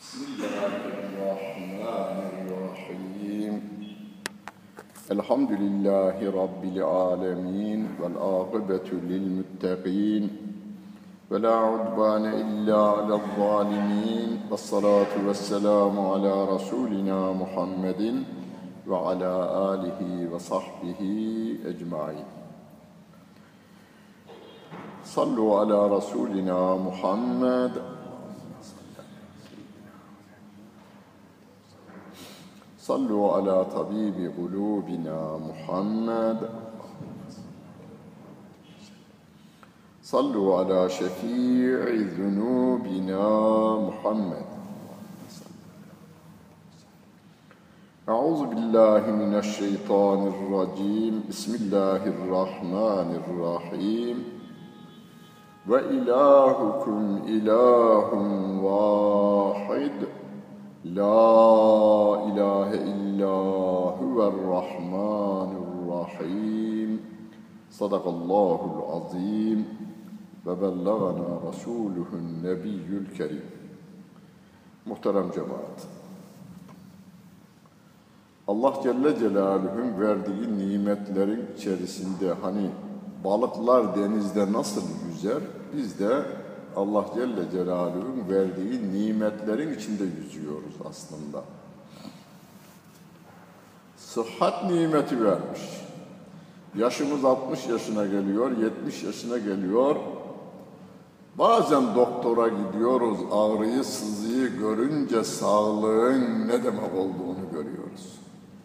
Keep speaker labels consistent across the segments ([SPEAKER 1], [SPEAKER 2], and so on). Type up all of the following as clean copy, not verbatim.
[SPEAKER 1] Bismillahirrahmanirrahim. Elhamdülillahi Rabbil alemin. Vel âkıbetu lil muttaqin. Ve la udvâne illâ alel zâlimîn. Vessalâtu vesselamu ala Resulina Muhammedin ve ala âlihi ve sahbihi ecmaîn. Sallu ala Resulina Muhammed. Sallu ala tabibi kulubina Muhammed. Sallu ala şefii zunubina Muhammed. Euzu billahi mineşşeytanirracim. Bismillahirrahmanirrahim. Ve ilahukum ilahun vahid. La ilahe illa huverrahmanirrahim. Sadakallahul azim ve bellagana rasuluhun nebiyyül kerim. Muhterem cemaat, Allah Celle Celaluhu'nun verdiği nimetlerin içerisinde hani balıklar denizde nasıl yüzer, biz de Allah Celle Celaluhu'nun verdiği nimetlerin içinde yüzüyoruz aslında. Sıhhat nimeti vermiş. Yaşımız 60 yaşına geliyor, 70 yaşına geliyor. Bazen doktora gidiyoruz, ağrıyı, sızıyı görünce sağlığın ne demek olduğunu görüyoruz.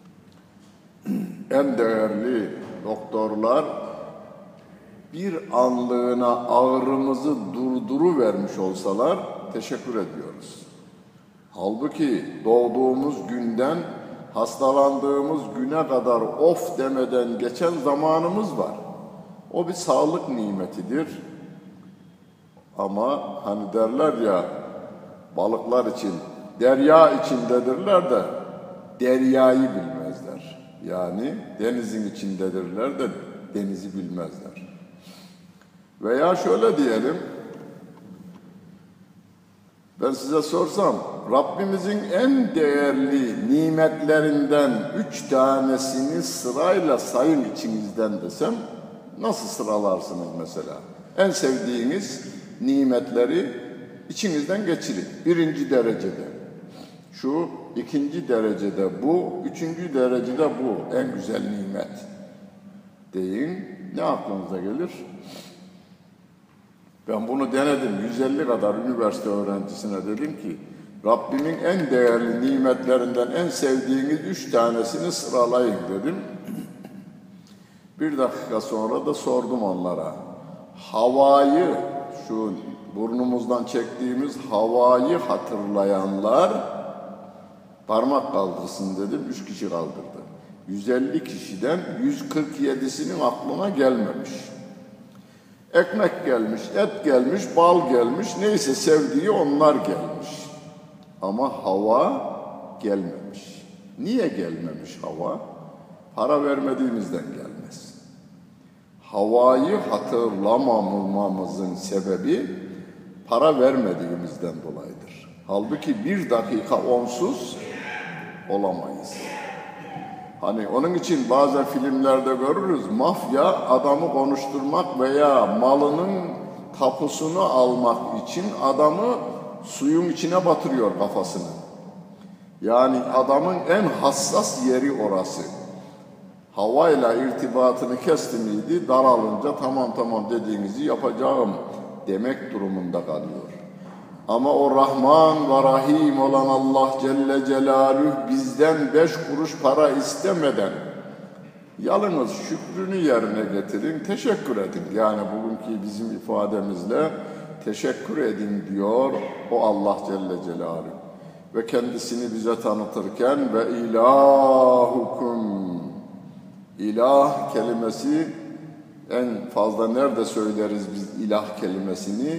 [SPEAKER 1] En değerli doktorlar bir anlığına ağrımızı durduruvermiş olsalar teşekkür ediyoruz. Halbuki doğduğumuz günden hastalandığımız güne kadar of demeden geçen zamanımız var. O bir sağlık nimetidir. Ama hani derler ya, balıklar için derya içindedirler de deryayı bilmezler. Yani denizin içindedirler de denizi bilmezler. Veya şöyle diyelim, ben size sorsam, Rabbimizin en değerli nimetlerinden 3 tanesini sırayla sayın içinizden desem, nasıl sıralarsınız mesela? En sevdiğiniz nimetleri içinizden geçirin. 1. derecede şu, 2. derecede bu, 3. derecede bu en güzel nimet deyin. Ne aklınıza gelir? Ben bunu denedim. 150 kadar üniversite öğrencisine dedim ki Rabbimin en değerli nimetlerinden en sevdiğiniz 3 tanesini sıralayın dedim. 1 dakika sonra da sordum onlara. Havayı, şu burnumuzdan çektiğimiz havayı hatırlayanlar parmak kaldırsın dedim. 3 kişi kaldırdı. 150 kişiden 147'sinin aklına gelmemiş. Ekmek gelmiş, et gelmiş, bal gelmiş, neyse sevdiği onlar gelmiş. Ama hava gelmemiş. Niye gelmemiş hava? Para vermediğimizden gelmez. Havayı hatırlamamamızın sebebi para vermediğimizden dolayıdır. Halbuki 1 dakika onsuz olamayız. Hani onun için bazen filmlerde görürüz, mafya adamı konuşturmak veya malının tapusunu almak için adamı suyun içine batırıyor kafasını. Yani adamın en hassas yeri orası. Havayla irtibatını kesti miydi, daralınca tamam dediğinizi yapacağım demek durumunda kalıyor. Ama o Rahman ve Rahim olan Allah Celle Celaluhu bizden 5 kuruş para istemeden yalnız şükrünü yerine getirin, teşekkür edin. Yani bugünkü bizim ifademizle teşekkür edin diyor o Allah Celle Celaluhu. Ve kendisini bize tanıtırken ve ilahukum, ilah kelimesi en fazla nerede söyleriz biz ilah kelimesini?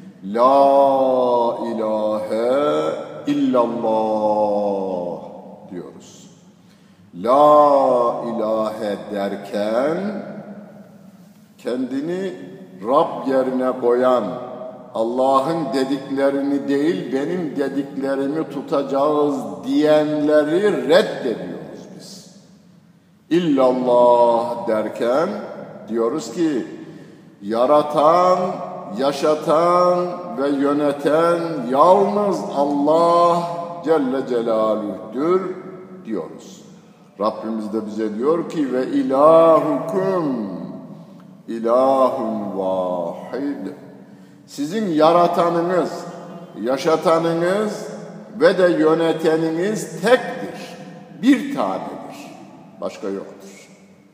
[SPEAKER 1] La ilahe illallah diyoruz. La ilahe derken kendini Rab yerine koyan, Allah'ın dediklerini değil, benim dediklerimi tutacağız diyenleri reddediyoruz biz. İllallah derken diyoruz ki yaratan, yaşatan ve yöneten yalnız Allah Celle Celaluh'tür diyoruz. Rabbimiz de bize diyor ki ve ilahukum ilahun vahid. Sizin yaratanınız, yaşatanınız ve de yöneteniniz tektir. Bir tanedir. Başka yoktur.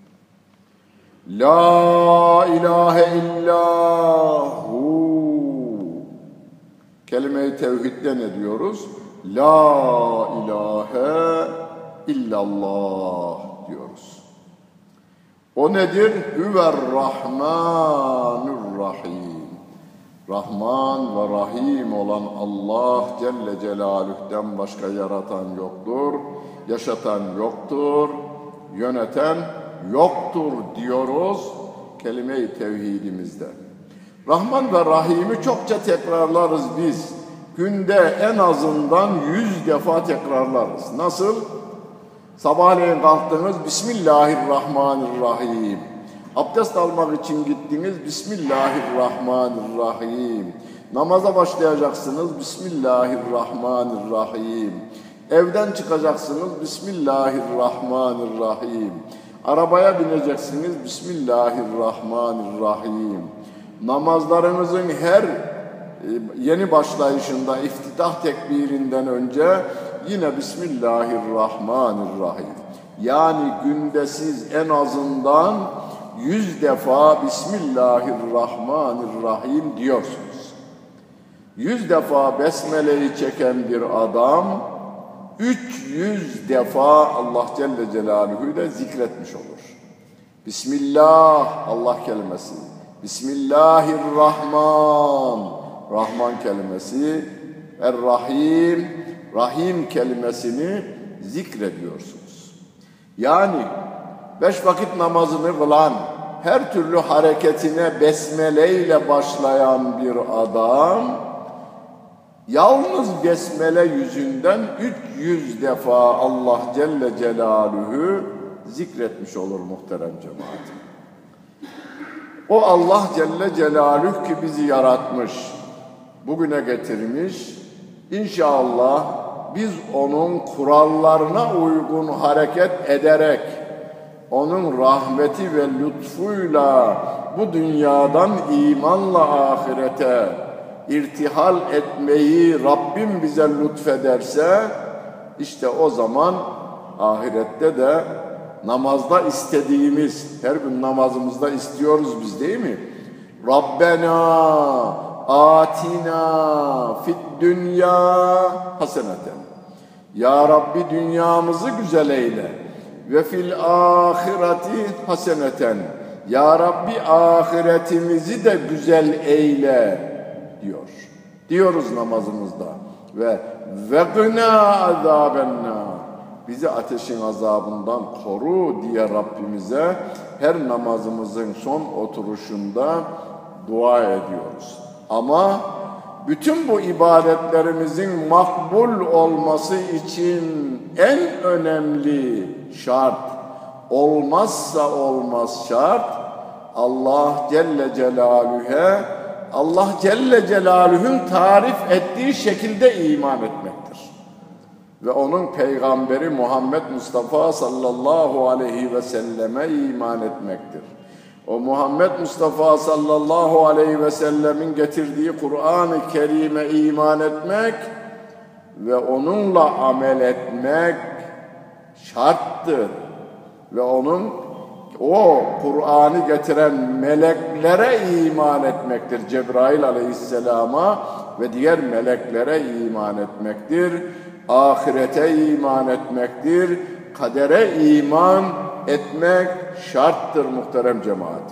[SPEAKER 1] La ilahe illahu. Kelime-i tevhidde ne diyoruz? La ilahe illallah diyoruz. O nedir? Hüverrahmanürrahim. Rahman ve Rahim olan Allah Celle Celaluh'ten başka yaratan yoktur, yaşatan yoktur, yöneten yoktur diyoruz kelime-i tevhidimizde. Rahman ve Rahim'i çokça tekrarlarız biz. Günde en azından 100 defa tekrarlarız. Nasıl? Sabahleyin kalktınız, Bismillahirrahmanirrahim. Abdest almak için gittiniz, Bismillahirrahmanirrahim. Namaza başlayacaksınız, Bismillahirrahmanirrahim. Evden çıkacaksınız, Bismillahirrahmanirrahim. Arabaya bineceksiniz, Bismillahirrahmanirrahim. Namazlarınızın her yeni başlayışında, iftitah tekbirinden önce yine Bismillahirrahmanirrahim. Yani günde siz en azından 100 defa Bismillahirrahmanirrahim diyorsunuz. 100 defa Besmele'yi çeken bir adam 300 defa Allah Celle Celaluhu'yu da zikretmiş olur. Bismillah Allah kelimesi. Bismillahirrahman Rahman kelimesi. Er-Rahim Rahim kelimesini zikrediyorsunuz. Yani 5 vakit namazını kılan, her türlü hareketine besmele ile başlayan bir adam, yalnız besmele yüzünden 300 defa Allah Celle Celaluhu zikretmiş olur muhterem cemaat. O Allah Celle Celaluhu ki bizi yaratmış, bugüne getirmiş, İnşallah biz onun kurallarına uygun hareket ederek, onun rahmeti ve lütfuyla bu dünyadan imanla ahirete irtihal etmeyi Rabbim bize lütfederse, işte o zaman ahirette de namazda istediğimiz, her gün namazımızda istiyoruz biz değil mi? Rabbena atina fid dünya haseneten. Ya Rabbi dünyamızı güzel eyle. Ve fil ahireti haseneten. Ya Rabbi ahiretimizi de güzel eyle diyor. Diyoruz namazımızda. Ve gına azabennar. Bizi ateşin azabından koru diye Rabbimize her namazımızın son oturuşunda dua ediyoruz. Ama bütün bu ibadetlerimizin makbul olması için en önemli şart, olmazsa olmaz şart, Allah Celle Celaluhu'ya, Allah Celle Celaluhu'nun tarif ettiği şekilde iman etmektir. Ve onun peygamberi Muhammed Mustafa sallallahu aleyhi ve selleme iman etmektir. O Muhammed Mustafa sallallahu aleyhi ve sellemin getirdiği Kur'an-ı Kerim'e iman etmek ve onunla amel etmek şarttır. Ve o Kur'an'ı getiren meleklere iman etmektir. Cebrail aleyhisselama ve diğer meleklere iman etmektir. Ahirete iman etmektir. Kadere iman etmek şarttır muhterem cemaat.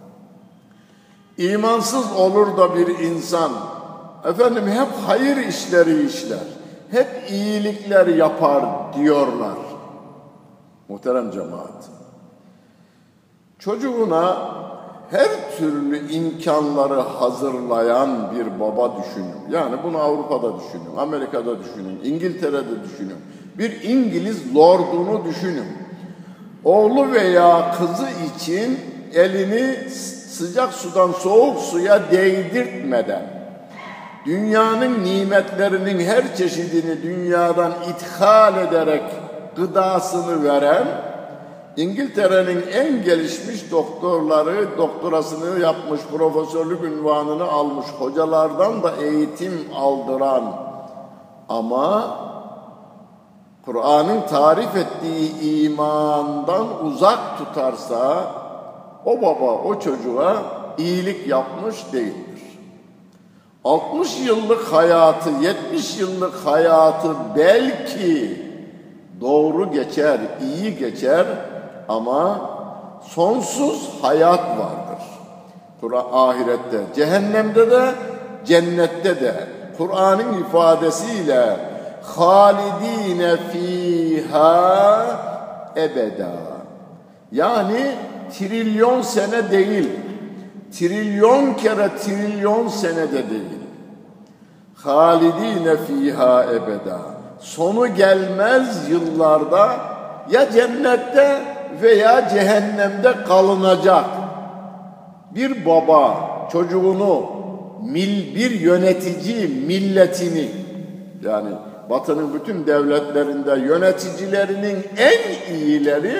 [SPEAKER 1] İmansız olur da bir insan, hep hayır işleri işler, hep iyilikler yapar diyorlar. Muhterem cemaat. Çocuğuna her türlü imkanları hazırlayan bir baba düşünün. Yani bunu Avrupa'da düşünün, Amerika'da düşünün, İngiltere'de düşünün. Bir İngiliz lordunu düşünün. Oğlu veya kızı için elini sıcak sudan soğuk suya değdirtmeden, dünyanın nimetlerinin her çeşidini dünyadan ithal ederek gıdasını veren, İngiltere'nin en gelişmiş doktorları, doktorasını yapmış, profesörlük unvanını almış hocalardan da eğitim aldıran ama Kur'an'ın tarif ettiği imandan uzak tutarsa o baba o çocuğa iyilik yapmış değildir. 60 yıllık hayatı, 70 yıllık hayatı belki doğru geçer, iyi geçer ama sonsuz hayat vardır. Ahirette, cehennemde de, cennette de. Kur'an'ın ifadesiyle halidine fiha ebeda. Yani trilyon sene değil, trilyon kere trilyon senede değil. Halidine fiha ebeda. Sonu gelmez yıllarda ya cennette veya cehennemde kalınacak. Bir baba çocuğunu, bir yönetici milletini, yani Batı'nın bütün devletlerinde yöneticilerinin en iyileri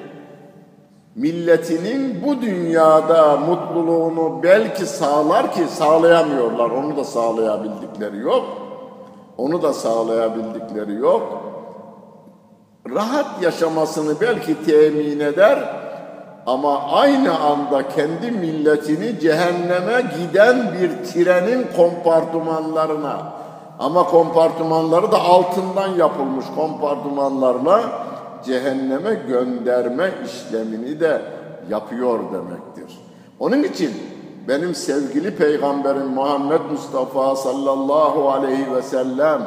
[SPEAKER 1] milletinin bu dünyada mutluluğunu belki sağlar ki sağlayamıyorlar. Onu da sağlayabildikleri yok. Onu da sağlayabildikleri yok. Rahat yaşamasını belki temin eder ama aynı anda kendi milletini cehenneme giden bir trenin kompartımanlarına, ama kompartımanları da altından yapılmış kompartımanlarla cehenneme gönderme işlemini de yapıyor demektir. Onun için benim sevgili Peygamberim Muhammed Mustafa sallallahu aleyhi ve sellem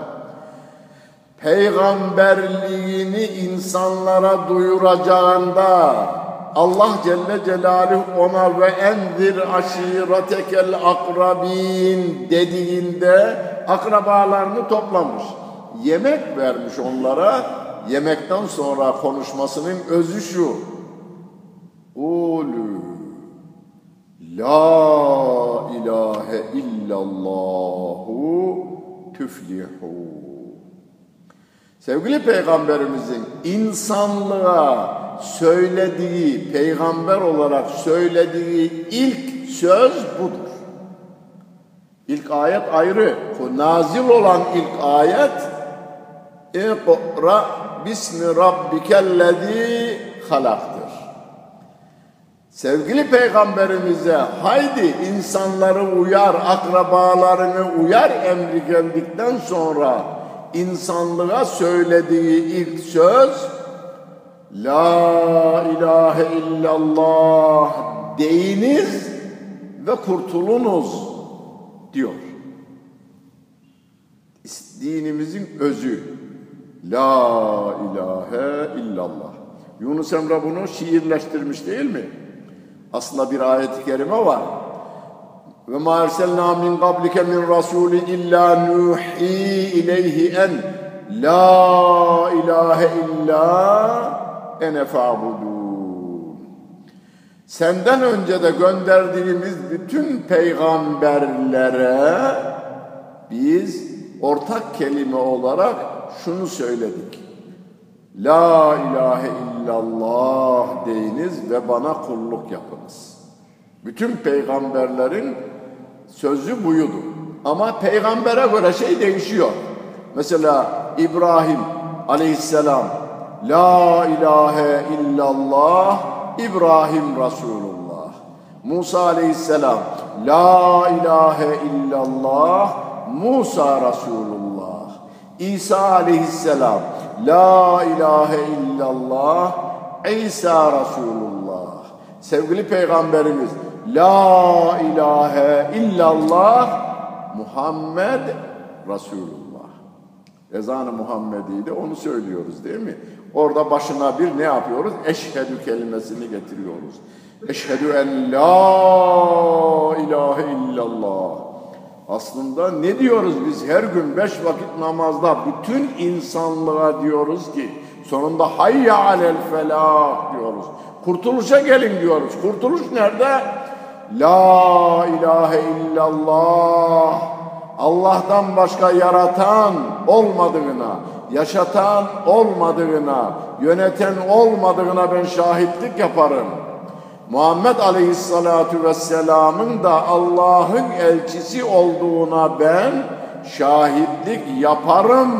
[SPEAKER 1] peygamberliğini insanlara duyuracağında Allah Celle Celaluhu ona ve enzir aşiretekel akrabin dediğinde akrabalarını toplamış. Yemek vermiş onlara. Yemekten sonra konuşmasının özü şu: Ulu la ilahe illallahu tüflihu. Sevgili Peygamberimizin insanlığa söylediği, peygamber olarak söylediği ilk söz budur. İlk ayet ayrı. Nazil olan ilk ayet İkra bismi rabbikellezî halaktır. Sevgili Peygamberimize haydi insanları uyar, akrabalarını uyar emri geldikten sonra insanlığa söylediği ilk söz La ilahe illallah deyiniz ve kurtulunuz diyor. Dinimizin özü La ilahe illallah. Yunus Emre bunu şiirleştirmiş değil mi? Aslında bir ayet-i kerime var. Ve ma erselna min qablike min rasulin illa nuhi ileyhi en la ilahe illa ene fa'budun. Senden önce de gönderdiğimiz bütün peygamberlere biz ortak kelime olarak şunu söyledik. La ilahe illallah deyiniz ve bana kulluk yapınız. Bütün peygamberlerin sözü buydu. Ama peygambere göre şey değişiyor. Mesela İbrahim aleyhisselam La ilahe illallah İbrahim Resulullah. Musa aleyhisselam La ilahe illallah Musa Resulullah. İsa aleyhisselam La ilahe illallah İsa Resulullah. Sevgili Peygamberimiz La ilahe illallah Muhammed Resulullah. Ezan-ı Muhammedi'de onu söylüyoruz değil mi? Orada başına bir ne yapıyoruz? Eşhedü kelimesini getiriyoruz. Eşhedü en la ilahe illallah. Aslında ne diyoruz biz her gün 5 vakit namazda bütün insanlığa diyoruz ki sonunda hayya alel felah diyoruz. Kurtuluşa gelin diyoruz. Kurtuluş nerede? La ilahe illallah. Allah'tan başka yaratan olmadığına, yaşatan olmadığına, yöneten olmadığına ben şahitlik yaparım. Muhammed Aleyhisselatü Vesselam'ın da Allah'ın elçisi olduğuna ben şahitlik yaparım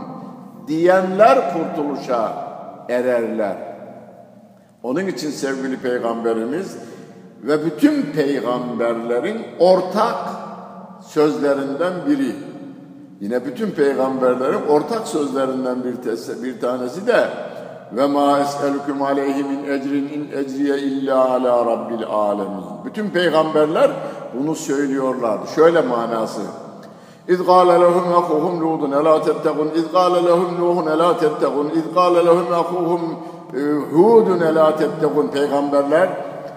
[SPEAKER 1] diyenler kurtuluşa ererler. Onun için sevgili Peygamberimiz ve bütün peygamberlerin ortak sözlerinden biri, yine bütün peygamberlerin ortak sözlerinden bir tanesi de ve ma es'elukum aleyhi min ecrin in ecriye illa ala rabbil alemin. Bütün peygamberler bunu söylüyorlar. Şöyle manası. İz gâle lehum akuhum Lûdun elâ tettegûn. İz gâle lehum Nuhun elâ tettegûn. İz gâle lehum akuhum Hûdun elâ tettegûn. Peygamberler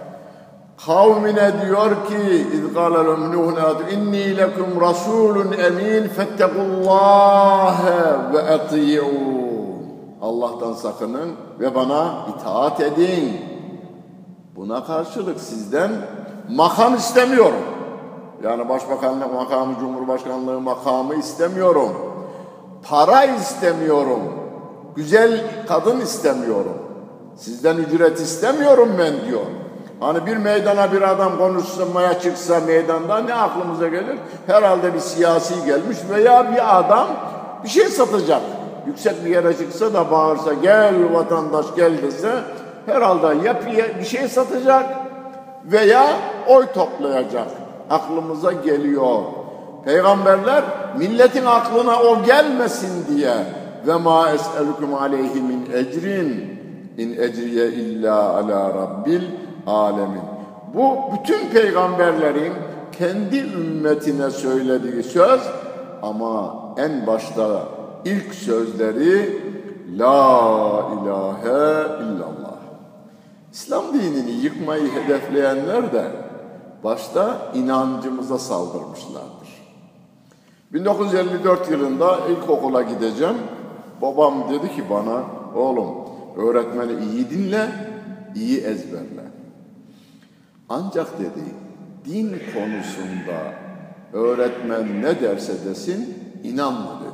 [SPEAKER 1] kavmine diyor ki İz gâle lehum Nuhun elâ tettegûn. İnnî lekum rasûlun emîn fettegullâhe ve eti'ûn. Allah'tan sakının ve bana itaat edin. Buna karşılık sizden makam istemiyorum. Yani başbakanlık makamı, cumhurbaşkanlığı makamı istemiyorum. Para istemiyorum. Güzel kadın istemiyorum. Sizden ücret istemiyorum ben diyor. Hani bir meydana bir adam konuşmaya çıksa meydanda ne aklımıza gelir? Herhalde bir siyasi gelmiş veya bir adam bir şey satacak. Yüksek bir yere çıksa da bağırsa gel vatandaş gel dese herhalde ya bir şey satacak veya oy toplayacak. Aklımıza geliyor. Peygamberler milletin aklına o gelmesin diye ve ma es'elukum aleyhi min ecrin in ecriye illa ala rabbil alemin. Bu bütün peygamberlerin kendi ümmetine söylediği söz ama en başta İlk sözleri La ilahe illallah. İslam dinini yıkmayı hedefleyenler de başta inancımıza saldırmışlardır. 1954 yılında ilkokula gideceğim. Babam dedi ki bana, oğlum öğretmeni iyi dinle, iyi ezberle. Ancak dedi, din konusunda öğretmen ne derse desin, inanma dedi.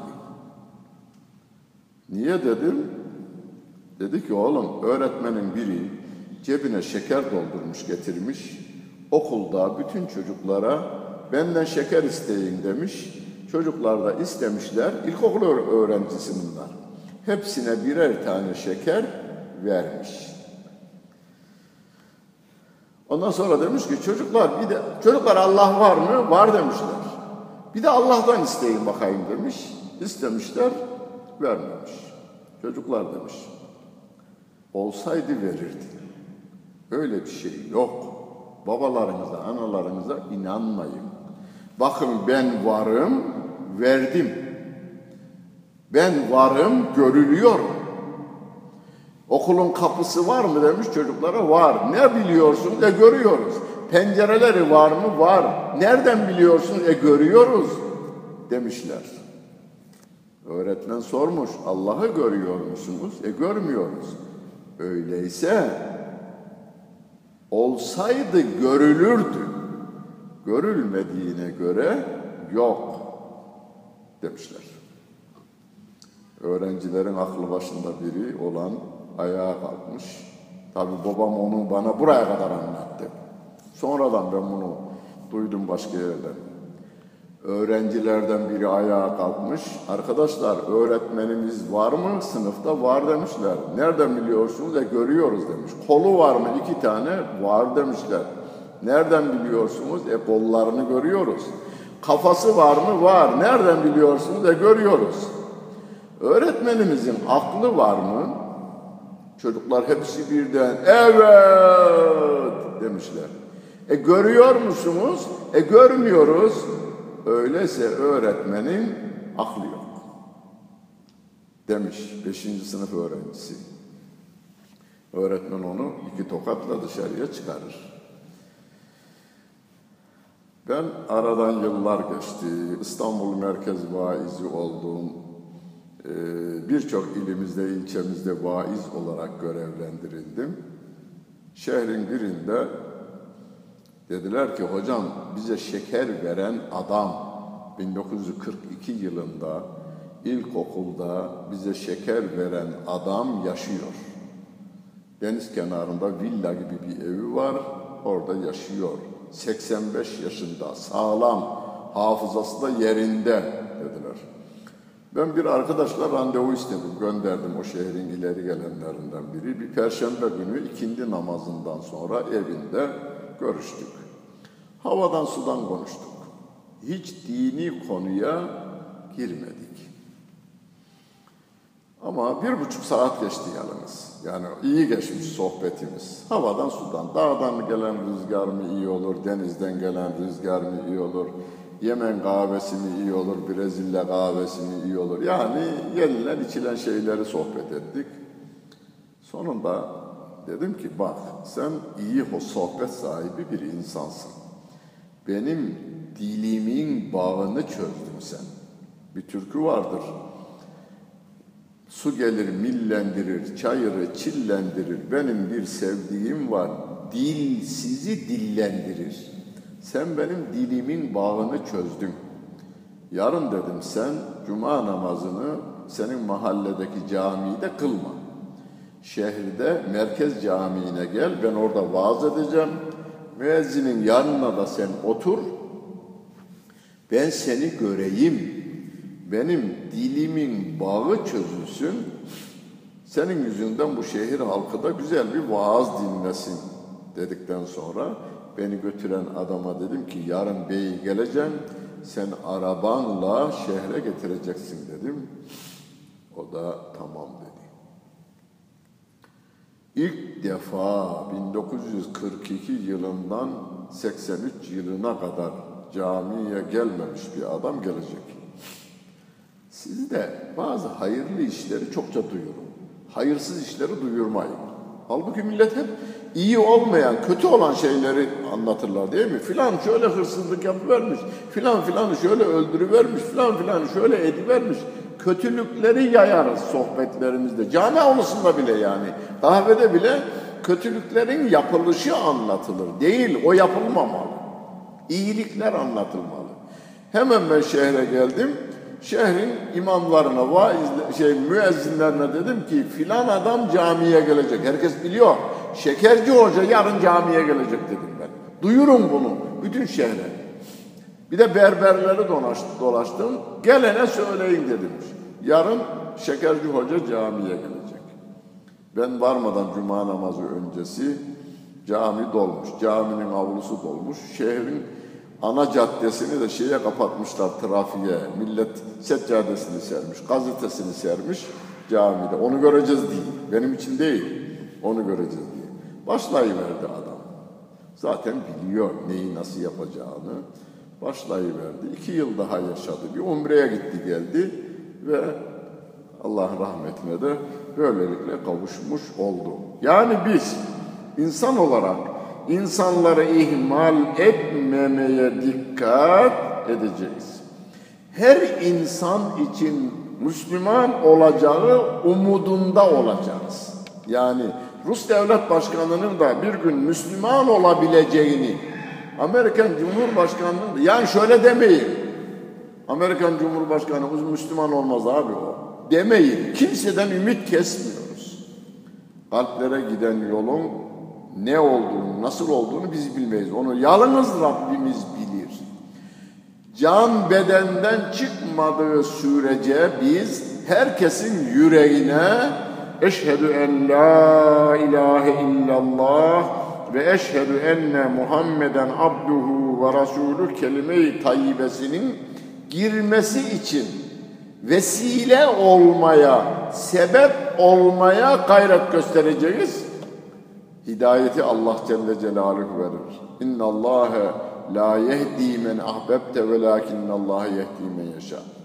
[SPEAKER 1] Niye dedim? Dedi ki oğlum öğretmenin biri cebine şeker doldurmuş getirmiş. Okulda bütün çocuklara benden şeker isteyin demiş. Çocuklar da istemişler. İlkokul öğrencisi bunlar. Hepsine birer tane şeker vermiş. Ondan sonra demiş ki çocuklar Allah var mı? Var demişler. Bir de Allah'tan isteyin bakayım demiş. İstemişler. Vermemiş. Çocuklar demiş. Olsaydı verirdi. Öyle bir şey yok. Babalarınıza, analarınıza inanmayın. Bakın ben varım, verdim. Ben varım, görülüyor. Okulun kapısı var mı demiş çocuklara. Var. Ne biliyorsun? Görüyoruz. Pencereleri var mı? Var. Nereden biliyorsun? Görüyoruz demişler. Öğretmen sormuş, Allah'ı görüyor musunuz? Görmüyoruz. Öyleyse olsaydı görülürdü. Görülmediğine göre yok demişler. Öğrencilerin aklı başında biri olan ayağa kalkmış. Tabii babam onu bana buraya kadar anlattı. Sonradan ben bunu duydum başka yerden. Öğrencilerden biri ayağa kalkmış. Arkadaşlar öğretmenimiz var mı? Sınıfta var demişler. Nereden biliyorsunuz? Görüyoruz demiş. Kolu var mı? 2 tane var demişler. Nereden biliyorsunuz? Kollarını görüyoruz. Kafası var mı? Var. Nereden biliyorsunuz? Görüyoruz. Öğretmenimizin aklı var mı? Çocuklar hepsi birden evet demişler. Görüyor musunuz? Görmüyoruz. Öyleyse öğretmenin aklı yok. demiş 5. sınıf öğrencisi. Öğretmen onu 2 tokatla dışarıya çıkarır. Ben aradan yıllar geçti. İstanbul merkez vaizi oldum. Birçok ilimizde, ilçemizde vaiz olarak görevlendirildim. Şehrin birinde dediler ki hocam bize şeker veren adam 1942 yılında ilkokulda bize şeker veren adam yaşıyor. Deniz kenarında villa gibi bir evi var, orada yaşıyor. 85 yaşında, sağlam, hafızası da yerinde dediler. Ben bir arkadaşla randevu istedim, gönderdim o şehrin ileri gelenlerinden biri. Bir perşembe günü ikindi namazından sonra evinde görüştük. Havadan sudan konuştuk. Hiç dini konuya girmedik. Ama 1,5 saat geçti yalnız. Yani iyi geçmiş sohbetimiz. Havadan sudan, dağdan gelen rüzgar mı iyi olur, denizden gelen rüzgar mı iyi olur, Yemen kahvesi mi iyi olur, Brezilya kahvesi mi iyi olur? Yani yenilen içilen şeyleri sohbet ettik. Sonunda dedim ki bak sen iyi sohbet sahibi bir insansın. Benim dilimin bağını çözdün sen. Bir türkü vardır. Su gelir millendirir, çayırı çillendirir. Benim bir sevdiğim var, dil sizi dillendirir. Sen benim dilimin bağını çözdün. Yarın dedim sen cuma namazını senin mahalledeki camide kılma. Şehirde merkez camiine gel, ben orada vaaz edeceğim. Müezzinin yanına da sen otur. Ben seni göreyim. Benim dilimin bağı çözülsün. Senin yüzünden bu şehir halkı da güzel bir vaaz dinlesin dedikten sonra beni götüren adama dedim ki yarın bey geleceğim. Sen arabanla şehre getireceksin dedim. O da tamam dedi. İlk defa 1942 yılından 83 yılına kadar camiye gelmemiş bir adam gelecek. Siz de bazı hayırlı işleri çokça duyurun. Hayırsız işleri duyurmayın. Halbuki millet hep iyi olmayan, kötü olan şeyleri anlatırlar değil mi? Filan şöyle hırsızlık yapıvermiş, filan filanı şöyle öldürüvermiş, filan filanı şöyle edivermiş. Kötülükleri yayarız sohbetlerimizde. Cami avlusunda bile yani. Kahvede bile kötülüklerin yapılışı anlatılır. Değil, o yapılmamalı. İyilikler anlatılmalı. Hemen ben şehre geldim. Şehrin imamlarına, müezzinlerine dedim ki filan adam camiye gelecek. Herkes biliyor. Şekerci Hoca yarın camiye gelecek dedim ben. Duyurun bunu bütün şehre. Bir de berberleri dolaştım. Gelene söyleyin dedim. Yarın Şekerci Hoca camiye gelecek. Ben varmadan cuma namazı öncesi cami dolmuş. Caminin avlusu dolmuş. Şehrin ana caddesini de şeye kapatmışlar, trafiğe. Millet seccadesini sermiş, gazetesini sermiş camide. Onu göreceğiz diye. Benim için değil. Onu göreceğiz diye. Başlayıverdi adam. Zaten biliyor neyi nasıl yapacağını. Başlayıverdi. 2 yıl daha yaşadı. Bir umreye gitti geldi ve Allah'ın rahmetine de böylelikle kavuşmuş oldu. Yani biz insan olarak insanları ihmal etmemeye dikkat edeceğiz. Her insan için Müslüman olacağı umudunda olacağız. Yani Rus devlet başkanının da bir gün Müslüman olabileceğini, Amerikan Cumhurbaşkanı'nın da, yani şöyle demeyin, Amerikan Cumhurbaşkanı Müslüman olmaz abi o, demeyin. Kimseden ümit kesmiyoruz. Kalplere giden yolun ne olduğunu, nasıl olduğunu biz bilmeyiz. Onu yalnız Rabbimiz bilir. Can bedenden çıkmadığı sürece biz herkesin yüreğine eşhedü en la ilahe illallah ve eşhedü enne Muhammeden abduhu ve rasulü kelime-i tayyibesinin girmesi için vesile olmaya, sebep olmaya gayret göstereceğiz. Hidayeti Allah Celle Celaluhu verir. İnnallâhe la yehdi men ahbebte velâkinnallâhe yehdi men yeşâ.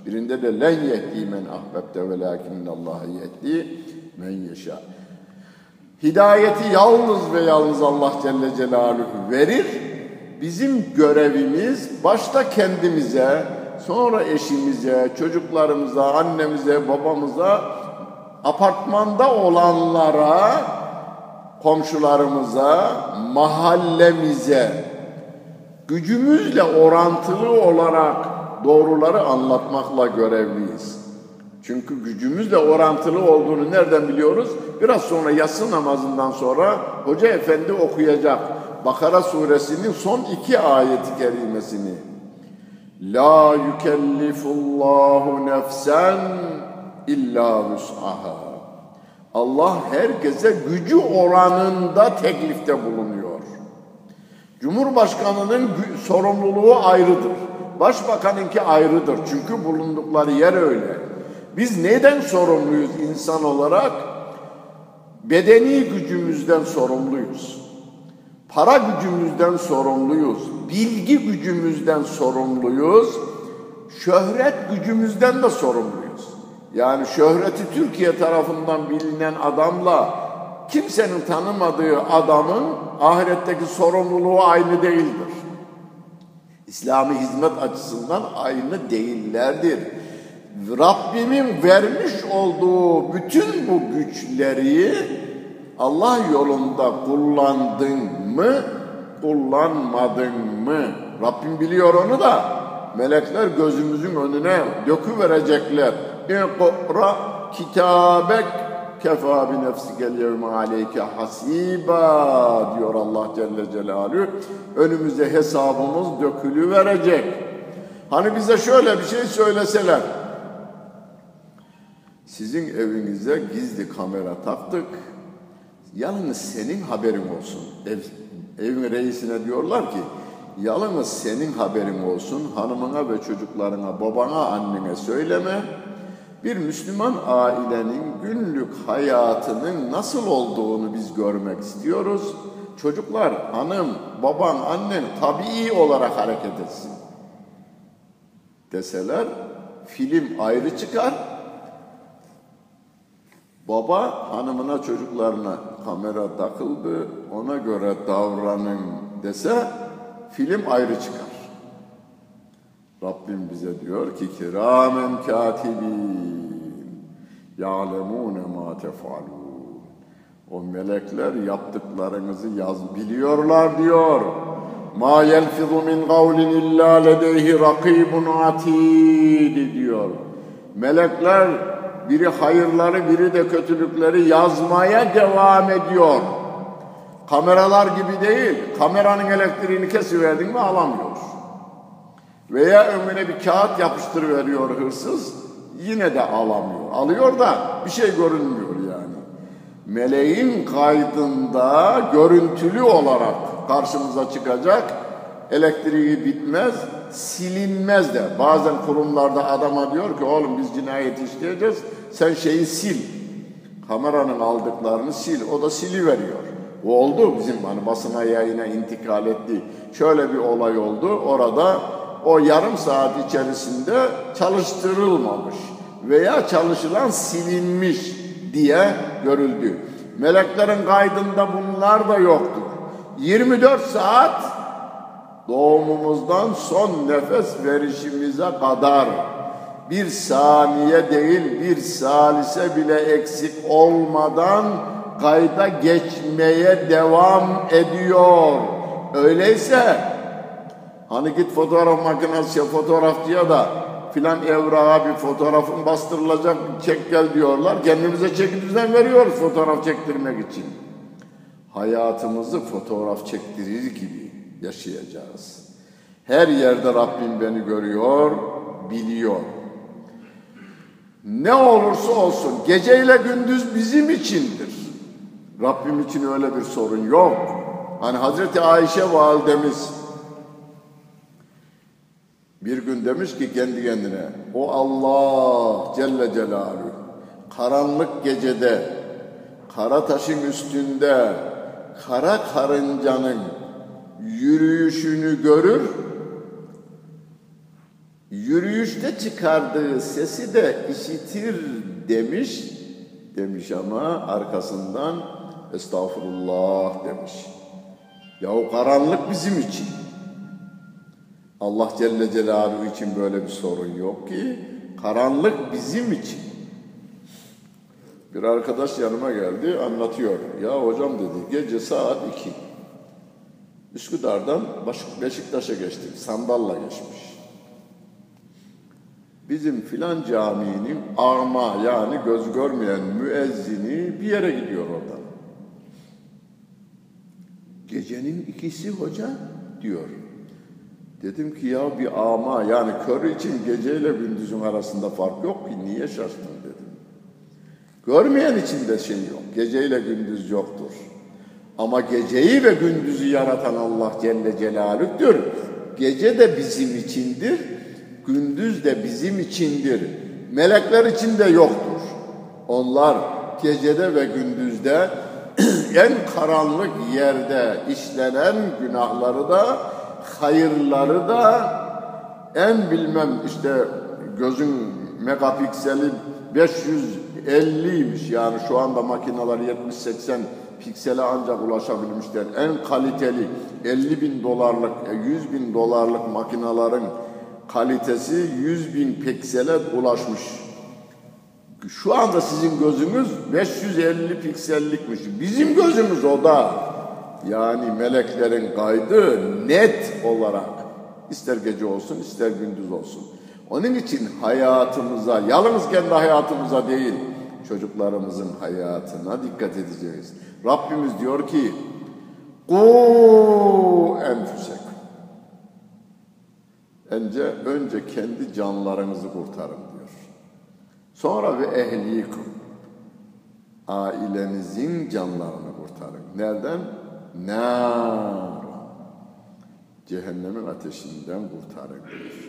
[SPEAKER 1] Birinde de len yehdi men ahbebte velakinnallaha yehdi men yeşâ. Hidayeti yalnız ve yalnız Allah Celle Celaluhu verir. Bizim görevimiz başta kendimize, sonra eşimize, çocuklarımıza, annemize, babamıza, apartmanda olanlara, komşularımıza, mahallemize gücümüzle orantılı olarak doğruları anlatmakla görevliyiz. Çünkü gücümüzle orantılı olduğunu nereden biliyoruz? Biraz sonra yatsı namazından sonra Hoca Efendi okuyacak Bakara suresinin son 2 ayeti kerimesini. La yükellifullahu nefsen illa vus'aha. Allah herkese gücü oranında teklifte bulunuyor. Cumhurbaşkanının sorumluluğu ayrıdır. Başbakanınki ayrıdır. Çünkü bulundukları yer öyle. Biz neden sorumluyuz insan olarak? Bedeni gücümüzden sorumluyuz. Para gücümüzden sorumluyuz. Bilgi gücümüzden sorumluyuz. Şöhret gücümüzden de sorumluyuz. Yani şöhreti Türkiye tarafından bilinen adamla kimsenin tanımadığı adamın ahiretteki sorumluluğu aynı değildir. İslami hizmet açısından aynı değillerdir. Rabbimin vermiş olduğu bütün bu güçleri Allah yolunda kullandın mı, kullanmadın mı? Rabbim biliyor onu da melekler gözümüzün önüne döküverecekler. İkra kitabek kefâ bi nefsikel yevme aleyke hasiba diyor Allah Celle Celaluhu. Önümüze hesabımız dökülüverecek. Hani bize şöyle bir şey söyleseler, sizin evinize gizli kamera taktık, yalnız senin haberin olsun. Evin reisine diyorlar ki, yalnız senin haberin olsun, hanımına ve çocuklarına, babana, annene söyleme. Bir Müslüman ailenin günlük hayatının nasıl olduğunu biz görmek istiyoruz. Çocuklar, hanım, baban, annen tabii olarak hareket etsin deseler, film ayrı çıkar. Baba hanımına, çocuklarına kamera takıldı, ona göre davranın dese film ayrı çıkar. Rabbim bize diyor ki kiramen katibin ya'lemune ma tef'alun. O melekler yaptıklarınızı biliyorlar diyor. Ma yelfizu min kavlin illa ledeyhi rakibun atid diyor. Melekler biri hayırları, biri de kötülükleri yazmaya devam ediyor. Kameralar gibi değil. Kameranın elektriğini kesiverdin mi alamıyor. Veya önüne bir kağıt yapıştırıveriyor hırsız, yine de alamıyor. Alıyor da bir şey görünmüyor yani. Meleğin kaydında görüntülü olarak karşımıza çıkacak, elektriği bitmez, silinmez de. Bazen kurumlarda adama diyor ki oğlum biz cinayet işleyeceğiz, sen şeyi sil. Kameranın aldıklarını sil, o da siliveriyor. O oldu bizim hani basına yayına intikal etti. Şöyle bir olay oldu, orada o yarım saat içerisinde çalıştırılmamış veya çalışılan silinmiş diye görüldü. Meleklerin kaydında bunlar da yoktur. 24 saat doğumumuzdan son nefes verişimize kadar bir saniye değil bir salise bile eksik olmadan kayda geçmeye devam ediyor. Öyleyse hani git fotoğraf makinesi fotoğrafçıya da filan evrağa bir fotoğrafın bastırılacak çek gel diyorlar. Kendimize çeki düzen veriyoruz fotoğraf çektirmek için. Hayatımızı fotoğraf çektirir gibi yaşayacağız. Her yerde Rabbim beni görüyor, biliyor. Ne olursa olsun geceyle gündüz bizim içindir. Rabbim için öyle bir sorun yok. Hani Hazreti Ayşe validemiz bir gün demiş ki kendi kendine, o Allah Celle Celaluhu karanlık gecede kara taşın üstünde kara karıncanın yürüyüşünü görür, Yürüyüşte çıkardığı sesi de işitir demiş ama arkasından estağfurullah demiş. Yahu karanlık bizim için. Allah Celle Celaluhu için böyle bir sorun yok ki. Karanlık bizim için. Bir arkadaş yanıma geldi, anlatıyor. Ya hocam dedi, gece saat 2. Üsküdar'dan Beşiktaş'a geçtik, sandalla geçmiş. Bizim filan caminin ağma, yani göz görmeyen müezzini bir yere gidiyor oradan. Gecenin 2'si hoca diyor. Dedim ki ya bir ağma, yani kör için geceyle gündüzün arasında fark yok ki, niye şaştın dedim. Görmeyen için de şey yok, geceyle gündüz yoktur. Ama geceyi ve gündüzü yaratan Allah Celle Celaluh'tür. Gece de bizim içindir, gündüz de bizim içindir. Melekler için de yoktur. Onlar gecede ve gündüzde en karanlık yerde işlenen günahları da, hayırları da, en bilmem işte gözün megapikseli 550'ymiş, yani şu anda makineler 70-80 piksele ancak ulaşabilmişler. En kaliteli 50.000 dolarlık, 100.000 dolarlık makinelerin kalitesi 100.000 piksele ulaşmış. Şu anda sizin gözünüz 550 piksellikmiş. Bizim gözümüz o da. Yani meleklerin kaydı net olarak. İster gece olsun, ister gündüz olsun. Onun için hayatımıza, yalnız kendi hayatımıza değil, çocuklarımızın hayatına dikkat edeceğiz. Rabbimiz diyor ki, "Qû enfusekum." Önce kendi canlarınızı kurtarın diyor. Sonra ve ehlikum, ailenizin canlarını kurtarın. Nereden? Nâr, cehennemin ateşinden kurtarın diyor.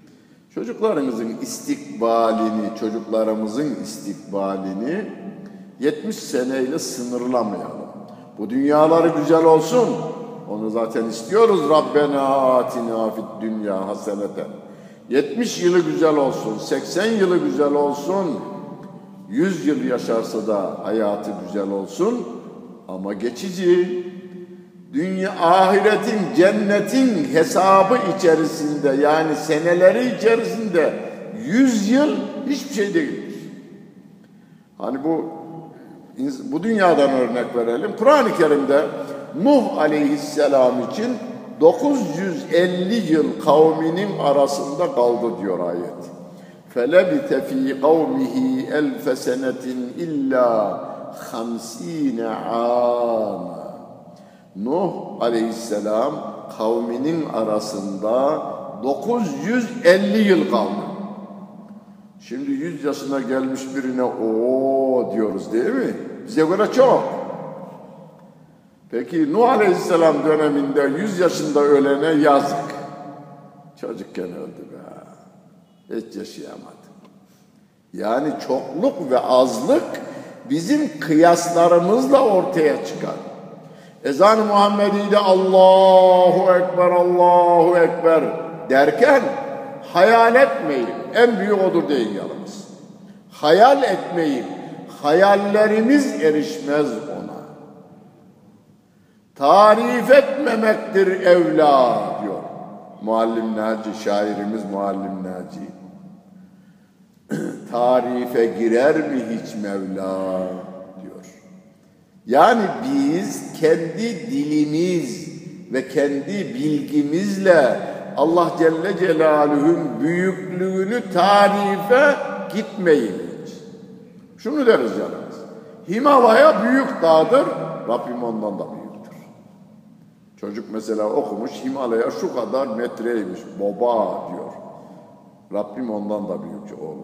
[SPEAKER 1] Çocuklarımızın istikbalini 70 seneyle sınırlamayalım. Bu dünyaları güzel olsun. Onu zaten istiyoruz. Rabbena atina fid dünya haseneten. 70 yılı güzel olsun, 80 yılı güzel olsun, 100 yıl yaşarsa da hayatı güzel olsun. Ama geçici, dünya, ahiretin, cennetin hesabı içerisinde, yani seneleri içerisinde 100 yıl hiçbir şey değildir. Hani bu dünyadan örnek verelim. Kur'an-ı Kerim'de Nuh aleyhisselam için 950 yıl kavminin arasında kaldı diyor ayet. فَلَبِثَ ف۪ي قَوْمِهِ أَلْفَ سَنَةٍ إِلَّا 50 عَامًا. Nuh aleyhisselam kavminin arasında 950 yıl kaldı. Şimdi 100 yaşına gelmiş birine o diyoruz değil mi? Bize göre çok. Peki Nuh aleyhisselam döneminde 100 yaşında ölene yazık. Çocukken öldü be. Hiç yaşayamadı. Yani çokluk ve azlık bizim kıyaslarımızla ortaya çıkar. Ezan-ı Muhammedi'de Allahu Ekber, Allahu Ekber derken hayal etmeyin. En büyük odur deyin yalnız. Hayal etmeyin. Hayallerimiz erişmez ona. Tarif etmemektir evla diyor Muallim Naci, şairimiz Muallim Naci. Tarife girer mi hiç Mevla diyor. Yani biz kendi dilimiz ve kendi bilgimizle Allah Celle Celaluhu'nun büyüklüğünü tarife gitmeyin hiç. Şunu deriz yalnız. Himalaya büyük dağdır, Rabbim ondan da büyüktür. Çocuk mesela okumuş, Himalaya şu kadar metreymiş, baba diyor. Rabbim ondan da büyük oğlum.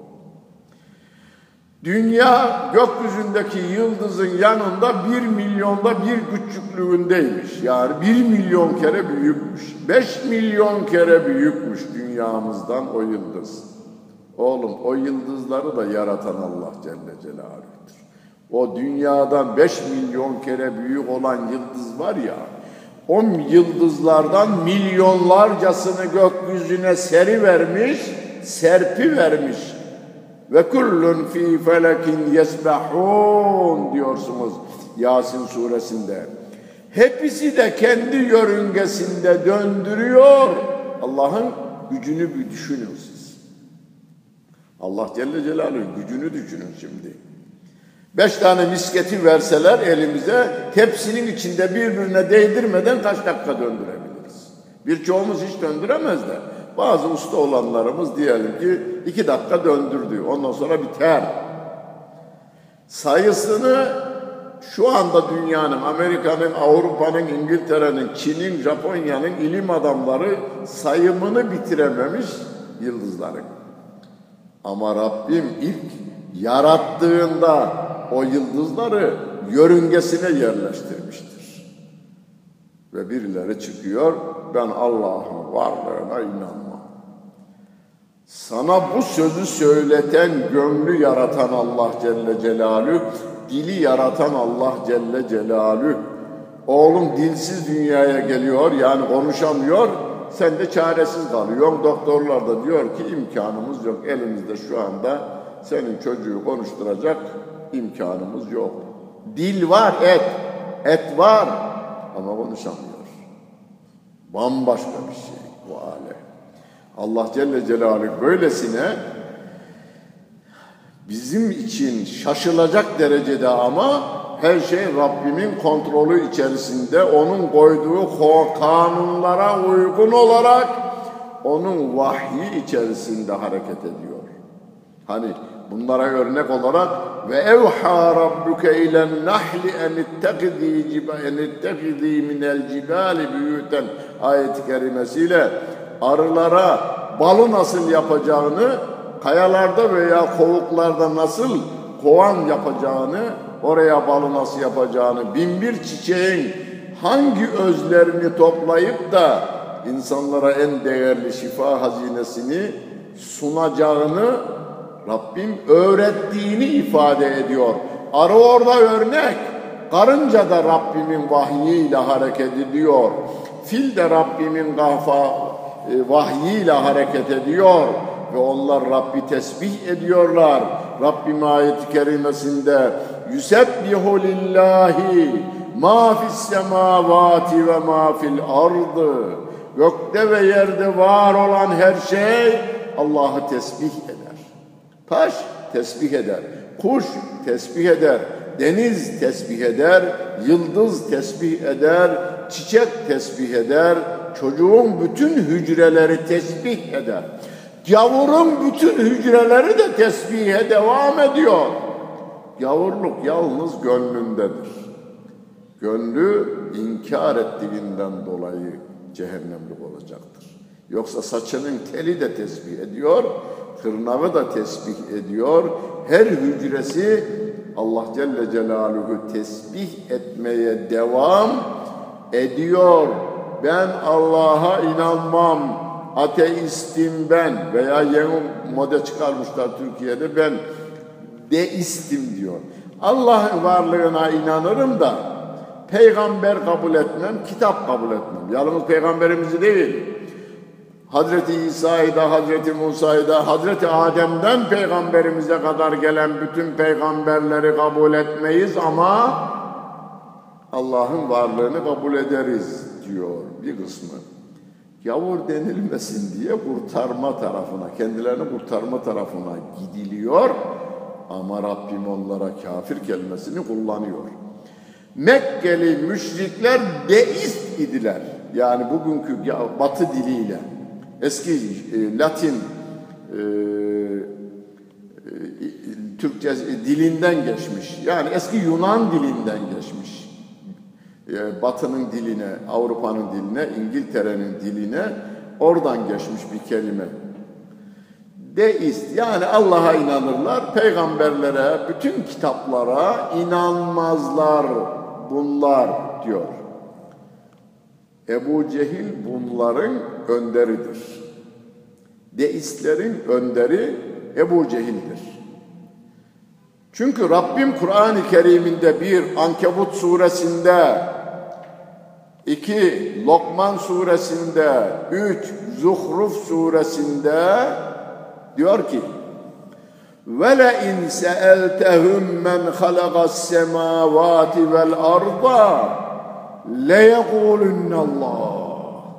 [SPEAKER 1] Dünya gökyüzündeki yıldızın yanında 1 milyonda bir küçüklüğündeymiş. Yani 1 milyon kere büyükmüş. 5 milyon kere büyükmüş dünyamızdan o yıldız. Oğlum o yıldızları da yaratan Allah Celle Celaluhu'dur. O dünyadan 5 milyon kere büyük olan yıldız var ya, o yıldızlardan milyonlarcasını gökyüzüne serivermiş, serpi vermiş. Ve kullun fi felekin yesbahun diyorsunuz Yasin suresinde. Hepsi de kendi yörüngesinde döndürüyor. Allah'ın gücünü bir düşünün siz. Allah Celle Celaluhu gücünü düşünün şimdi. 5 tane misketi verseler elimize, hepsinin içinde birbirine değdirmeden kaç dakika döndürebiliriz? Birçoğumuz hiç döndüremezler. Bazı usta olanlarımız diyelim ki 2 dakika döndürdü. Ondan sonra biter. Sayısını şu anda dünyanın, Amerika'nın, Avrupa'nın, İngiltere'nin, Çin'in, Japonya'nın ilim adamları sayımını bitirememiş yıldızların. Ama Rabbim ilk yarattığında o yıldızları yörüngesine yerleştirmiştir. Ve birileri çıkıyor, ben Allah'ın varlığına inanmam. Sana bu sözü söyleten, gönlü yaratan Allah Celle Celaluhu, dili yaratan Allah Celle Celaluhu. Oğlum dilsiz dünyaya geliyor, yani konuşamıyor, sen de çaresiz kalıyorsun. Doktorlar da diyor ki imkanımız yok, elimizde şu anda senin çocuğu konuşturacak imkanımız yok. Dil var, et var ama konuşamıyor. Bambaşka bir şey bu alem. Allah Celle Celaluhu böylesine bizim için şaşılacak derecede ama her şey Rabbimin kontrolü içerisinde, onun koyduğu kanunlara uygun olarak onun vahyi içerisinde hareket ediyor. Hani bunlara örnek olarak ve evha rabbuke ilen nahli en ittekizi minel cibali büyüten ayet-i kerimesiyle arılara balı nasıl yapacağını, kayalarda veya kovuklarda nasıl kovan yapacağını, oraya balı nasıl yapacağını, binbir çiçeğin hangi özlerini toplayıp da insanlara en değerli şifa hazinesini sunacağını Rabbim öğrettiğini ifade ediyor. Arı orada örnek, karınca da Rabbimin vahyiyle hareket ediyor. Fil de Rabbimin vahyiyle hareket ediyor ve onlar Rabbi tesbih ediyorlar. Rabbim ayet-i kerimesinde yusebbihu lillahi ma fis semavati ve ma fil ardı. Gökte ve yerde var olan her şey Allah'ı tesbih eder. Taş tesbih eder, kuş tesbih eder, deniz tesbih eder, yıldız tesbih eder, çiçek tesbih eder, çocuğun bütün hücreleri tesbih eder. Gavurun bütün hücreleri de tesbihe devam ediyor. Gavurluk yalnız gönlündedir. Gönlü inkar ettiğinden dolayı cehennemlik olacaktır. Yoksa saçının teli de tesbih ediyor, tırnağı da tesbih ediyor. Her hücresi Allah Celle Celaluhu tesbih etmeye devam ediyor. Ben Allah'a inanmam, ateistim ben veya yeni moda çıkarmışlar Türkiye'de, ben deistim diyor. Allah'ın varlığına inanırım da peygamber kabul etmem, kitap kabul etmem. Yalnız peygamberimizi değil, Hazreti İsa'yı da, Hazreti Musa'yı da, Hazreti Adem'den peygamberimize kadar gelen bütün peygamberleri kabul etmeyiz ama Allah'ın varlığını kabul ederiz diyor bir kısmı. Gavur denilmesin diye kurtarma tarafına, kendilerini kurtarma tarafına gidiliyor ama Rabbim onlara kafir kelimesini kullanıyor. Mekkeli müşrikler deist idiler. Yani bugünkü Batı diliyle, eski Latin Türkçe dilinden geçmiş. Yani eski Yunan dilinden geçmiş. Batı'nın diline, Avrupa'nın diline, İngiltere'nin diline oradan geçmiş bir kelime. Deist, yani Allah'a inanırlar, peygamberlere, bütün kitaplara inanmazlar bunlar diyor. Ebu Cehil bunların önderidir. Deistlerin önderi Ebu Cehil'dir. Çünkü Rabbim Kur'an-ı Kerim'inde 1 Ankebut suresinde, 2 Lokman suresinde, 3 Zuhruf suresinde Diyor ki وَلَاِنْ سَأَلْتَهُمْ مَنْ خَلَقَ السَّمَاوَاتِ وَالْأَرْضَ لَيَقُولُنَّ اللّٰهِ.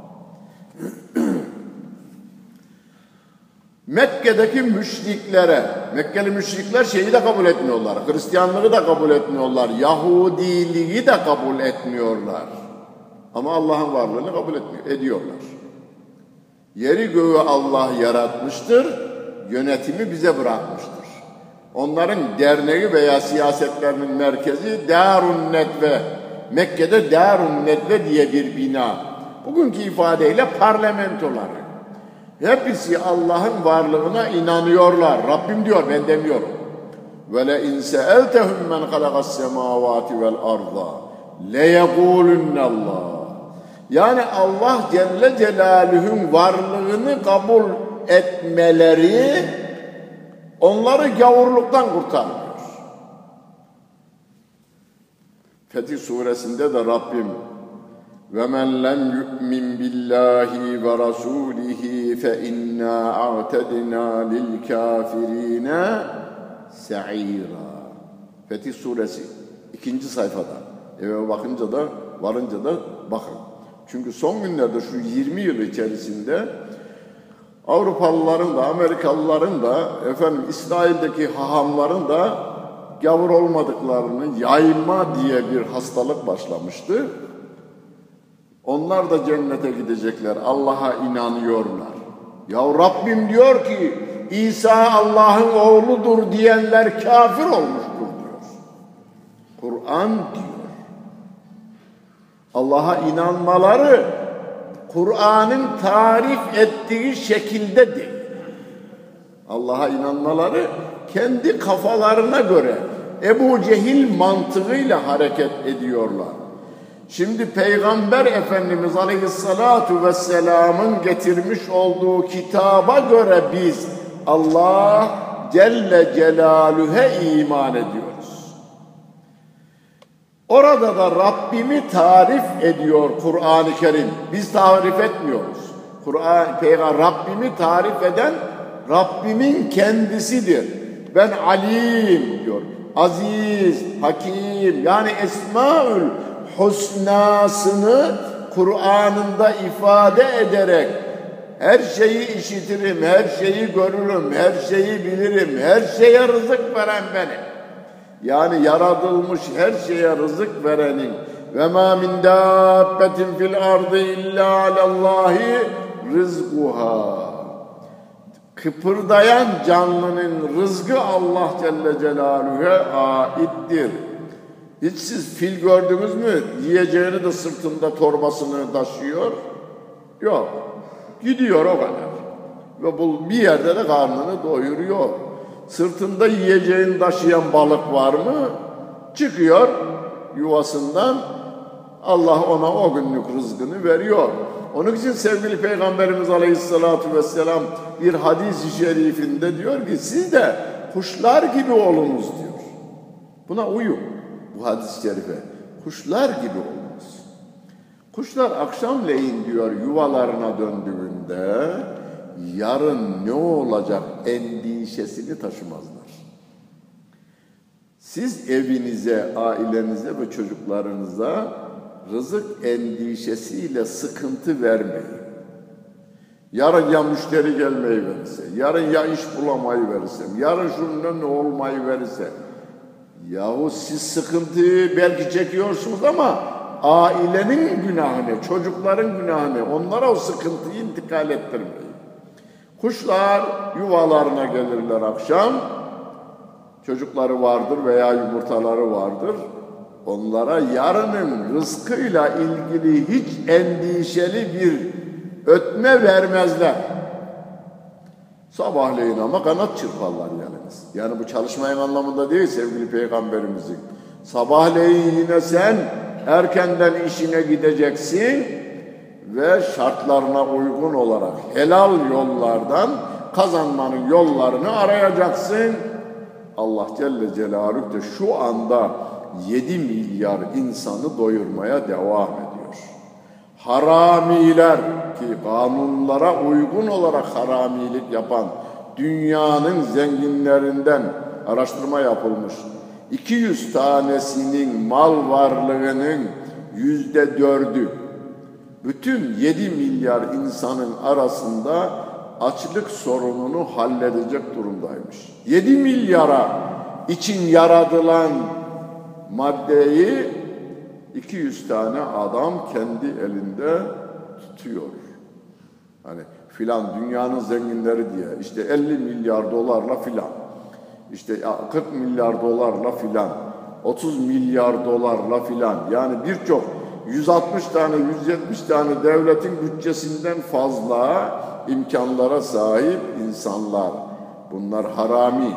[SPEAKER 1] Mekke'deki müşriklere, Mekkeli müşrikler şeyi de kabul etmiyorlar, Hristiyanlığı da kabul etmiyorlar, Yahudiliği de kabul etmiyorlar. Ama Allah'ın varlığını kabul ediyorlar. Yeri göğü Allah yaratmıştır, yönetimi bize bırakmıştır. Onların derneği veya siyasetlerinin merkezi Darun Nedve, Mekke'de Darun Nedve diye bir bina. Bugünkü ifadeyle parlamentoları. Hepsi Allah'ın varlığına inanıyorlar. Rabbim diyor, ben demiyorum. وَلَاِنْ سَأَلْتَهُمْ مَنْ خَلَقَ السَّمَاوَاتِ وَالْأَرْضَ لَيَقُولُنَّ اللّٰهِ. Yani Allah Celle Celaluhu'nun varlığını kabul etmeleri onları gavurluktan kurtarmıyor. Fetih suresinde de Rabbim وَمَنْ لَمْ يُؤْمِنْ بِاللّٰهِ وَرَسُولِهِ فَإِنَّا أَعْتَدْنَا لِلْكَافِرِينَ سَعِيرًا. Fetih suresi 2. sayfada. Eve varınca da bakın. Çünkü son günlerde şu 20 yıl içerisinde Avrupalıların da, Amerikalıların da, İsrail'deki hahamların da gavur olmadıklarını yayma diye bir hastalık başlamıştı. Onlar da cennete gidecekler. Allah'a inanıyorlar. Ya Rabbim diyor ki İsa Allah'ın oğludur diyenler kafir olmuştur diyor. Kur'an diyor. Allah'a inanmaları Kur'an'ın tarif ettiği şekilde değil. Allah'a inanmaları kendi kafalarına göre Ebu Cehil mantığıyla hareket ediyorlar. Şimdi Peygamber Efendimiz Aleyhissalatu Vesselam'ın getirmiş olduğu kitaba göre biz Allah Celle Celaluhu'ya iman ediyoruz. Orada da Rabbimi tarif ediyor Kur'an-ı Kerim. Biz tarif etmiyoruz. Rabbimi tarif eden Rabbimin kendisidir. Ben alim diyor. Aziz, hakim, yani Esmaül Husnasını Kur'an'ında ifade ederek her şeyi işitirim, her şeyi görürüm, her şeyi bilirim, her şeye rızık veren benim. Yani yaratılmış her şeye rızık verenin ve ma min dabbetin fil ardı illa alallahi rizquha. Kıpırdayan canlının rızkı Allah Celle Celaluhu'ya aittir. Hiç siz fil gördünüz mü? Yiyeceğini de sırtında torbasını taşıyor. Yok. Gidiyor o kadar. Ve bu bir yerde de karnını doyuruyor. Sırtında yiyeceğini taşıyan balık var mı? Çıkıyor yuvasından. Allah ona o günlük rızkını veriyor. Onun için sevgili Peygamberimiz Aleyhisselatü Vesselam bir hadis-i şerifinde diyor ki siz de kuşlar gibi olunuz diyor. Buna uyun. Bu hadis-i şerife. Kuşlar gibi olunuz. Kuşlar akşamleyin diyor yuvalarına döndüğünde yarın ne olacak endişesini taşımazlar. Siz evinize, ailenize ve çocuklarınıza rızık endişesiyle sıkıntı vermeyin. Yarın ya müşteri gelmeyi verirse, yarın ya iş bulamayı verirsem, yarın şunun ne olmayı verirse. Yahu siz sıkıntıyı belki çekiyorsunuz ama ailenin günahını, çocukların günahını, onlara o sıkıntıyı intikal ettirmeyin. Kuşlar yuvalarına gelirler akşam, çocukları vardır veya yumurtaları vardır. Onlara yarının rızkıyla ilgili hiç endişeli bir ötme vermezler. Sabahleyin ama kanat çırparlar yalnız. Yani bu çalışmayın anlamında değil sevgili Peygamberimizin. Sabahleyin yine sen erkenden işine gideceksin ve şartlarına uygun olarak helal yollardan kazanmanın yollarını arayacaksın. Allah Celle Celaluhu de şu anda 7 milyar insanı doyurmaya devam ediyor. Haramiler ki kanunlara uygun olarak haramilik yapan dünyanın zenginlerinden araştırma yapılmış. 200 tanesinin mal varlığının %4'ü bütün 7 milyar insanın arasında açlık sorununu halledecek durumdaymış. 7 milyara için yaratılan maddeyi 200 tane adam kendi elinde tutuyor. Hani filan dünyanın zenginleri diye işte 50 milyar dolarla filan, işte 40 milyar dolarla filan, 30 milyar dolarla filan, yani birçok 160 tane 170 tane devletin bütçesinden fazla imkanlara sahip insanlar. Bunlar harami.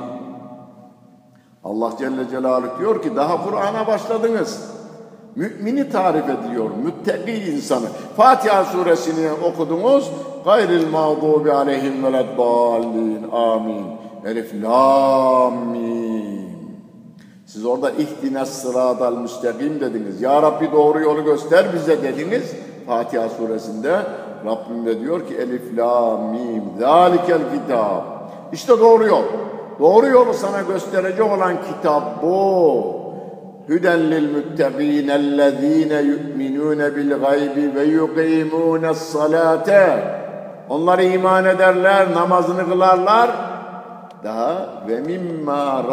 [SPEAKER 1] Allah Celle Celaluhu diyor ki daha Kur'an'a başladınız. Mümini tarif ediyor, müttaki insanı. Fatiha suresini okudunuz. Gayril mağdubi aleyhim veleddallin. Amin. Elif lam mim. Siz orada ihdines sıradal müstakim dediniz. Ya Rabbi doğru yolu göster bize dediniz. Fatiha suresinde Rabbim de diyor ki Elif lam mim. Zalikel kitab. İşte doğru yol. Doğru yolu sana gösterecek olan kitap bu. Hüden lil müttegîn ellezîne yu'minûne bil gaybi ve yukîmûnes salâte. Onlar iman ederler, namazını kılarlar. Daha ve mimma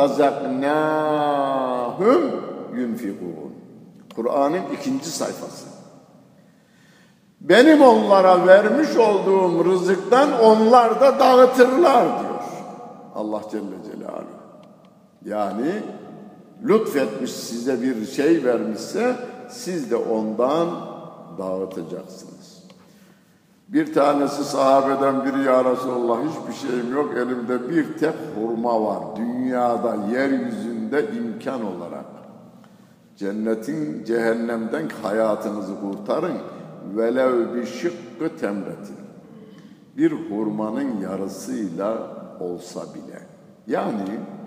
[SPEAKER 1] razaknâhum yunfikûn. Kur'an'ın 2. sayfası. Benim onlara vermiş olduğum rızıktan onlar da dağıtırlar diyor Allah Celle Celaluhu. Yani lütfetmiş, size bir şey vermişse siz de ondan dağıtacaksınız. Bir tanesi sahabeden biri, ya Resulallah hiçbir şeyim yok, elimde bir tek hurma var. Dünyada, yeryüzünde imkan olarak cennetin cehennemden hayatınızı kurtarın. Velev bir şıkkı temretin. Bir hurmanın yarısıyla olsa bile. Yani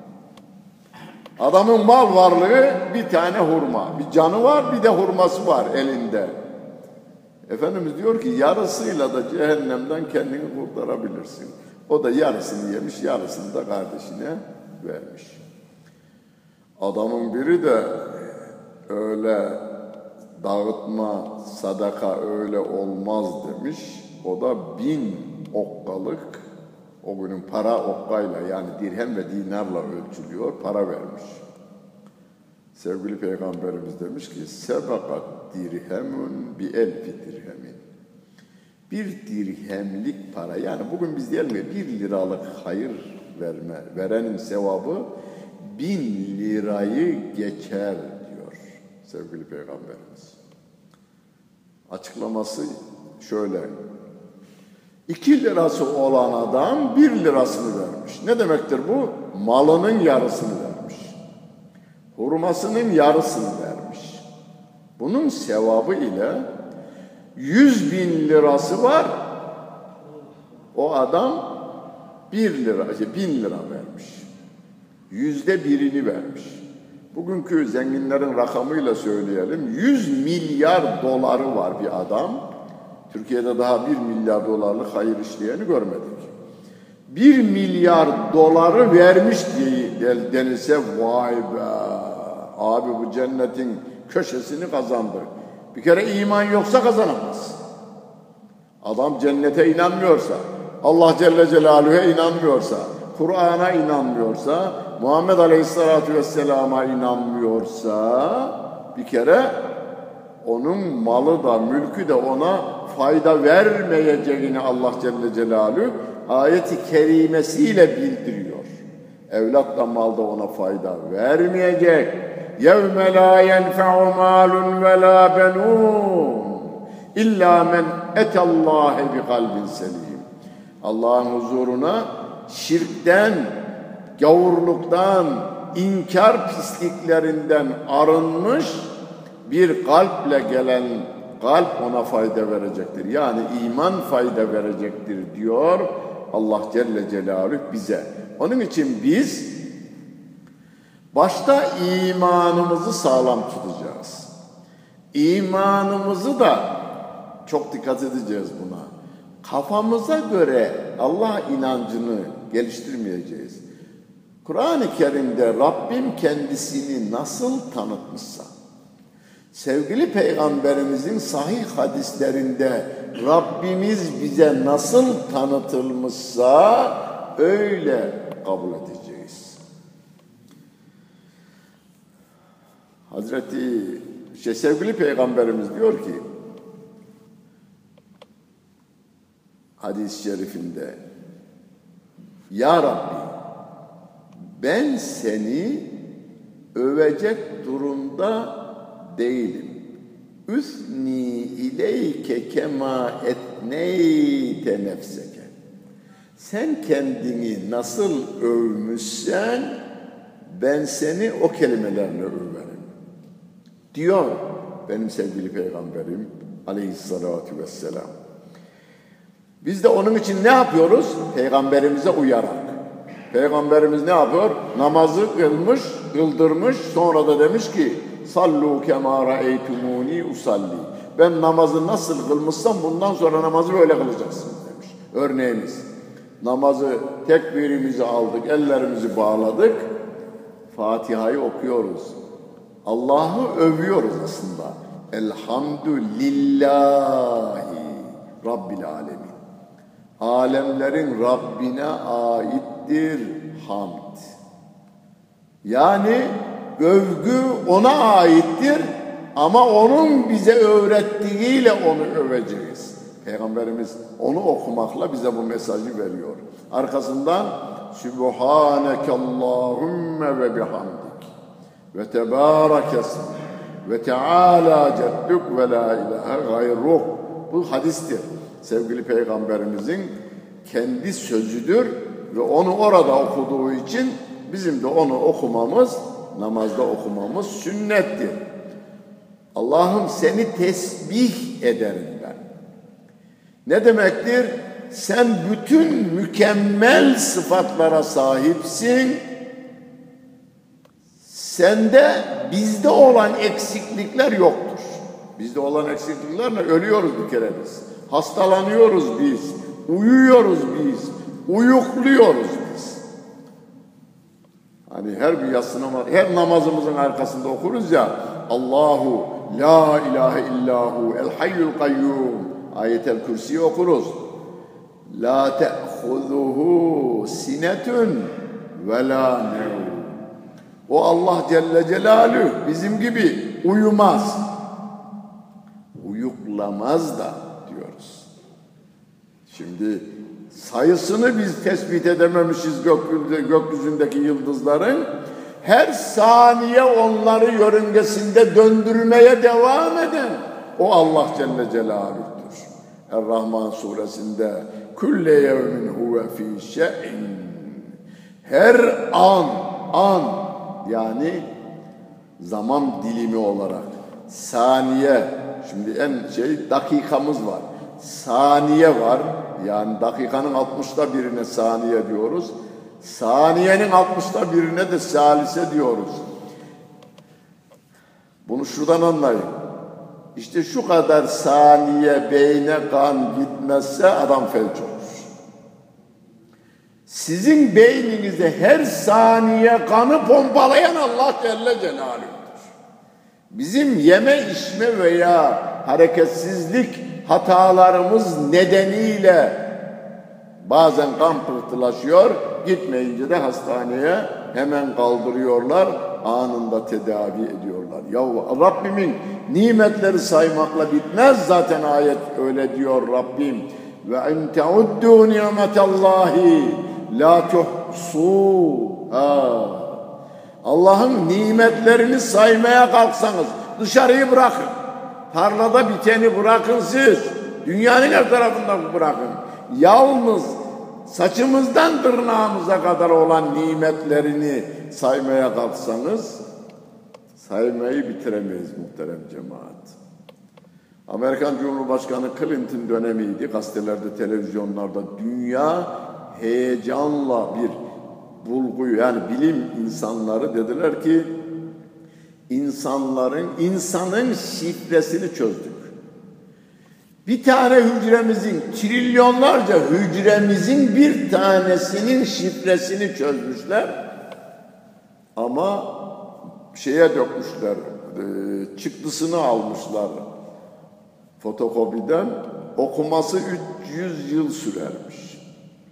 [SPEAKER 1] adamın mal varlığı bir tane hurma. Bir canı var, bir de hurması var elinde. Efendimiz diyor ki yarısıyla da cehennemden kendini kurtarabilirsin. O da yarısını yemiş, yarısını da kardeşine vermiş. Adamın biri de öyle dağıtma, sadaka öyle olmaz demiş. O da 1000 okkalık, o günün para okkayla yani dirhem ve dinarla ölçülüyor, para vermiş. Sevgili Peygamberimiz demiş ki sebakat dirhemun bi elfi dirhemin. Bir dirhemlik para, yani bugün biz diyelim ki 1 liralık hayır verenin sevabı 1000 lirayı geçer diyor sevgili Peygamberimiz. Açıklaması şöyle: 2 lirası olan adam 1 lirasını vermiş. Ne demektir bu? Malının yarısını vermiş. Hurmasının yarısını vermiş. Bunun sevabı ile 100.000 lirası var. O adam 1000 lira vermiş. %1'ini vermiş. Bugünkü zenginlerin rakamıyla söyleyelim. 100 milyar doları var bir adam. Türkiye'de daha 1 milyar dolarlık hayır işleyeni görmedik. 1 milyar doları vermiş diye denilse vay be abi bu cennetin köşesini kazandı. Bir kere iman yoksa kazanamaz. Adam cennete inanmıyorsa, Allah Celle Celaluhu'ya inanmıyorsa, Kur'an'a inanmıyorsa, Muhammed Aleyhisselatü Vesselam'a inanmıyorsa bir kere onun malı da mülkü de ona fayda vermeyeceğini Allah Celle Celaluhu ayeti kerimesiyle bildiriyor. Evlat da mal da ona fayda vermeyecek. يَوْمَ لَا يَنْفَعُ مَالٌ وَلَا بَنُونَ اِلَّا مَنْ اَتَى اللّٰهِ بِقَلْبٍ سَلِيمٍ. Allah'ın huzuruna şirkten, gavurluktan, inkar pisliklerinden arınmış bir kalple gelen kalp ona fayda verecektir. Yani iman fayda verecektir diyor Allah Celle Celaluhu bize. Onun için biz başta imanımızı sağlam tutacağız. İmanımızı da çok dikkat edeceğiz buna. Kafamıza göre Allah inancını geliştirmeyeceğiz. Kur'an-ı Kerim'de Rabbim kendisini nasıl tanıtmışsa, sevgili Peygamberimizin sahih hadislerinde Rabbimiz bize nasıl tanıtılmışsa öyle kabul edeceğiz. Sevgili Peygamberimiz diyor ki hadis-i şerifinde, Ya Rabbi, ben seni övecek durumda değilim. Üsni ileyke kema etneyte nefseke. Sen kendini nasıl övmüşsen ben seni o kelimelerle överim. Diyor benim sevgili Peygamberim aleyhissalatu vesselam. Biz de onun için ne yapıyoruz? Peygamberimize uyarak. Peygamberimiz ne yapıyor? Namazı kıldırmış, sonra da demiş ki sallu kema ra'eytumuni usalli. Ben namazı nasıl kılmışsam bundan sonra namazı böyle kılacaksınız demiş. Örneğimiz, namazı tekbirimizi aldık, ellerimizi bağladık, Fatiha'yı okuyoruz. Allah'ı övüyoruz aslında. Elhamdülillahi Rabbil alemin. Alemlerin Rabbine aittir hamd. Yani övgü ona aittir ama onun bize öğrettiğiyle onu öveceğiz. Peygamberimiz onu okumakla bize bu mesajı veriyor. Arkasından Sübhanekallahümme ve bihamdik ve tebârekesm ve teâlâ ceddük ve lâ ilâhe gayruk. Bu hadistir. Sevgili Peygamberimizin kendi sözüdür ve onu orada okuduğu için bizim de onu okumamız, namazda okumamız sünnettir. Allah'ım seni tesbih ederim ben. Ne demektir? Sen bütün mükemmel sıfatlara sahipsin. Sende bizde olan eksiklikler yoktur. Bizde olan eksikliklerle ölüyoruz bir kere biz. Hastalanıyoruz biz. Uyuyoruz biz. Uyukluyoruz biz. Hani her namazımızın arkasında okuruz ya, Allahu la ilahe illahu el hayyul kayyum ayetel kürsiyi okuruz. La te'huzuhu sinetun ve la nevm. O Allah Celle Celaluhu bizim gibi uyumaz. Uyuklamaz da diyoruz. Şimdi sayısını biz tespit edememişiz gökyüzündeki yıldızların. Her saniye onları yörüngesinde döndürmeye devam eden o Allah Celle Celaluhu'dur. Er-Rahman suresinde Külle yevmin huve fî şe'in. Her an yani zaman dilimi olarak saniye, şimdi dakikamız var. Saniye var. Yani dakikanın 60'ta birine saniye diyoruz. Saniyenin 60'ta birine de salise diyoruz. Bunu şuradan anlayın. İşte şu kadar saniye beyne kan gitmezse adam felç olur. Sizin beyninize her saniye kanı pompalayan Allah Celle Celaluhu'dur. Bizim yeme içme veya hareketsizlik hatalarımız nedeniyle bazen kan pıhtılaşıyor, gitmeyince de hastaneye hemen kaldırıyorlar, anında tedavi ediyorlar. Ya Rabbimin nimetleri saymakla bitmez zaten, ayet öyle diyor Rabbim. Ve en teuddu nimetallahi la tuhsuha. Allah'ın nimetlerini saymaya kalksanız dışarıyı bırakın. Tarlada biteni bırakın siz. Dünyanın her tarafından bırakın. Yalnız saçımızdan tırnağımıza kadar olan nimetlerini saymaya kalksanız saymayı bitiremeyiz muhterem cemaat. Amerikan Cumhurbaşkanı Clinton dönemiydi. Gazetelerde, televizyonlarda dünya heyecanla bir bulguyu, yani bilim insanları dediler ki insanın şifresini çözdük. Bir tane hücremizin, trilyonlarca hücremizin bir tanesinin şifresini çözmüşler. Ama şeye dökmüşler, çıktısını almışlar fotokopiden, okuması 300 yıl sürermiş.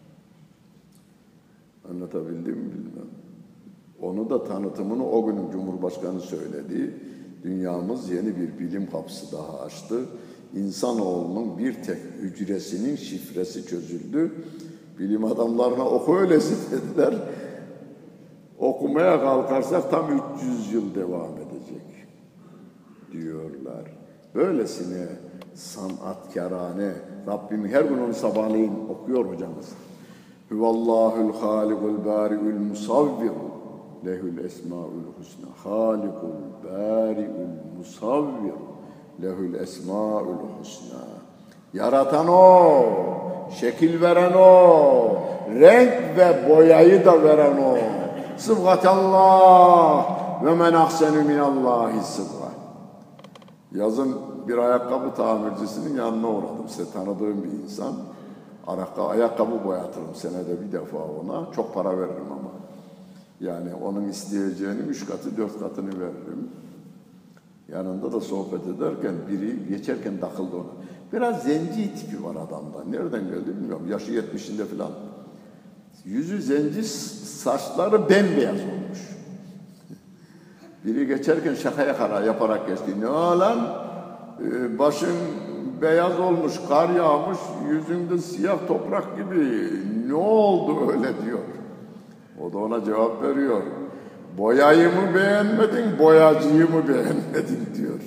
[SPEAKER 1] Anlatabildim mi bilmem. Onu da tanıtımını o günün Cumhurbaşkanı söyledi. Dünyamız yeni bir bilim kapısı daha açtı. İnsanoğlunun bir tek hücresinin şifresi çözüldü. Bilim adamlarına oku öylesi dediler. Okumaya kalkarsak tam 300 yıl devam edecek diyorlar. Böylesine sanatkarane, Rabbim her gün onu sabahleyin okuyor hocamız. Huvallahul halikul bari'ül musavvir lehül esmaül husna. Halikul bari'ül musavvir lehül esmaül husna. Yaratan o, şekil veren o, renk ve boyayı da veren o. Sıbgatallah ve men ahsenu minallahi sıbga. Yazın bir ayakkabı tamircisinin yanına uğradım. Size tanıdığım bir insan. Ayakkabı boyatırım senede bir defa ona. Çok para veririm ama. Yani onun isteyeceğinin 3 katı 4 katını veririm. Yanında da sohbet ederken biri geçerken takıldı ona. Biraz zenci tipi var adamda. Nereden geldi bilmiyorum. Yaşı 70'inde falan. Yüzü zenci, saçları bembeyaz olmuş. Biri geçerken şaka yaparak geçti. Ne lan? Başın beyaz olmuş, kar yağmış, yüzünde siyah toprak gibi. Ne oldu öyle diyor. O da ona cevap veriyor. Boyayı mı beğenmedin, boyacıyı mı beğenmedin diyor.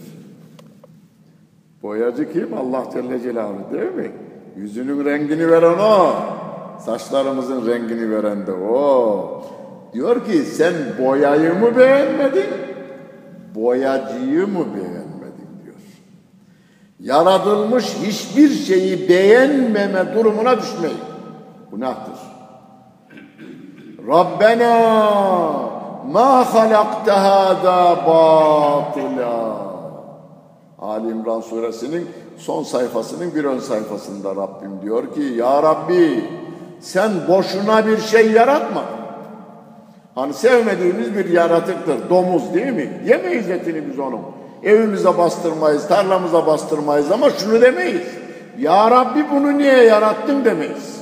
[SPEAKER 1] Boyacı kim? Allah Celle Celaluhu değil mi? Yüzünün rengini veren o. Saçlarımızın rengini veren de o. Diyor ki sen boyayı mı beğenmedin, boyacıyı mı beğenmedin diyor. Yaratılmış hiçbir şeyi beğenmeme durumuna düşmeyin. Günahtır. Rabbena ma halakte hâdâ bâtıla. Ali İmran suresinin son sayfasının bir ön sayfasında Rabbim diyor ki ya Rabbi sen boşuna bir şey yaratma. Hani sevmediğimiz bir yaratıktır. Domuz değil mi? Yemeyiz etini biz onun. Evimize bastırmayız, tarlamıza bastırmayız ama şunu demeyiz. Ya Rabbi bunu niye yarattın demeyiz.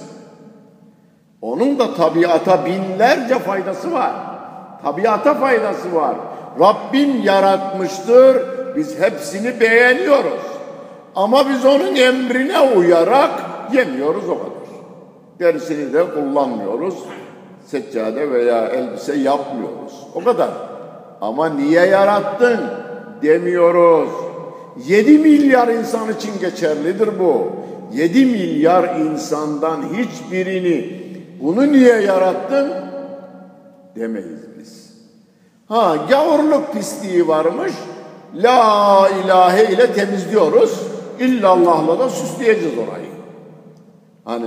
[SPEAKER 1] Onun da tabiata binlerce faydası var. Tabiata faydası var. Rabbim yaratmıştır. Biz hepsini beğeniyoruz. Ama biz onun emrine uyarak yemiyoruz o kadar. Derisini de kullanmıyoruz. Seccade veya elbise yapmıyoruz. O kadar. Ama niye yarattın demiyoruz. 7 milyar insan için geçerlidir bu. 7 milyar insandan hiçbirini bunu niye yarattın demeyiz biz. Ha gavurluk pisliği varmış. La ilahe ile temizliyoruz. İllallah'la da süsleyeceğiz orayı. Hani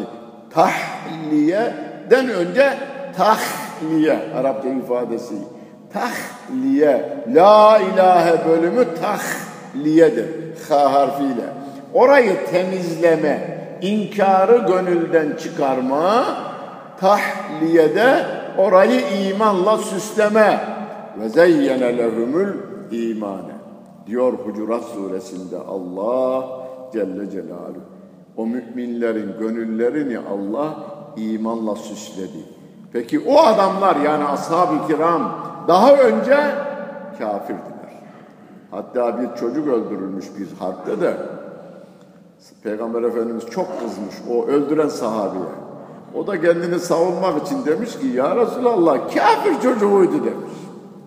[SPEAKER 1] tahliyeden önce tahliye Arapça ifadesi. Tahliye. La ilahe bölümü tahliyedir. Ha harfiyle. Orayı temizleme, inkarı gönülden çıkarma, tahliyede orayı imanla süsleme. Ve zeyyene lehumul imane. Diyor Hucurat suresinde Allah Celle Celaluhu. O müminlerin gönüllerini Allah imanla süsledi. Peki o adamlar yani ashab-ı kiram daha önce kafirdiler. Hatta bir çocuk öldürülmüş bir harpte de Peygamber Efendimiz çok kızmış o öldüren sahabeye. O da kendini savunmak için demiş ki ya Resulallah kafir çocuğuydu demiş.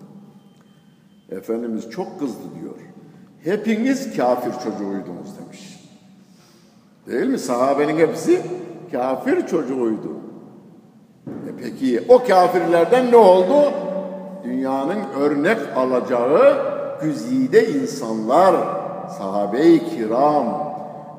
[SPEAKER 1] Efendimiz çok kızdı diyor. Hepiniz kafir çocuğuydunuz demiş. Değil mi? Sahabenin hepsi kafir çocuğuydu. Peki o kafirlerden ne oldu? Dünyanın örnek alacağı güzide insanlar, sahabe-i kiram,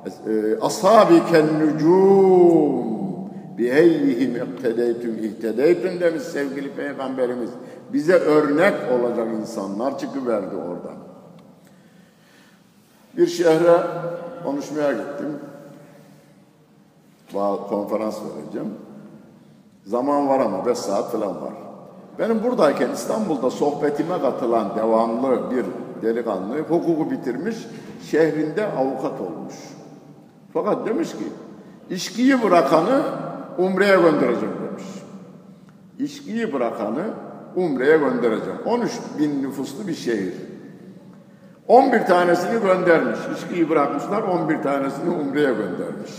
[SPEAKER 1] ashab-ı nücum, biheyyihim ihtedeytüm ihtedeytüm demiş sevgili Peygamberimiz. Bize örnek olacak insanlar çıkıverdi oradan. Bir şehre konuşmaya gittim. Konferans vereceğim. Zaman var ama 5 saat falan var. Benim buradayken İstanbul'da sohbetime katılan devamlı bir delikanlı hukuku bitirmiş, şehrinde avukat olmuş. Fakat demiş ki, içkiyi bırakanı Umre'ye göndereceğim demiş. İçkiyi bırakanı Umre'ye göndereceğim. 13 bin nüfuslu bir şehir. 11 tanesini göndermiş. İçkiyi bırakmışlar, 11 tanesini Umre'ye göndermiş.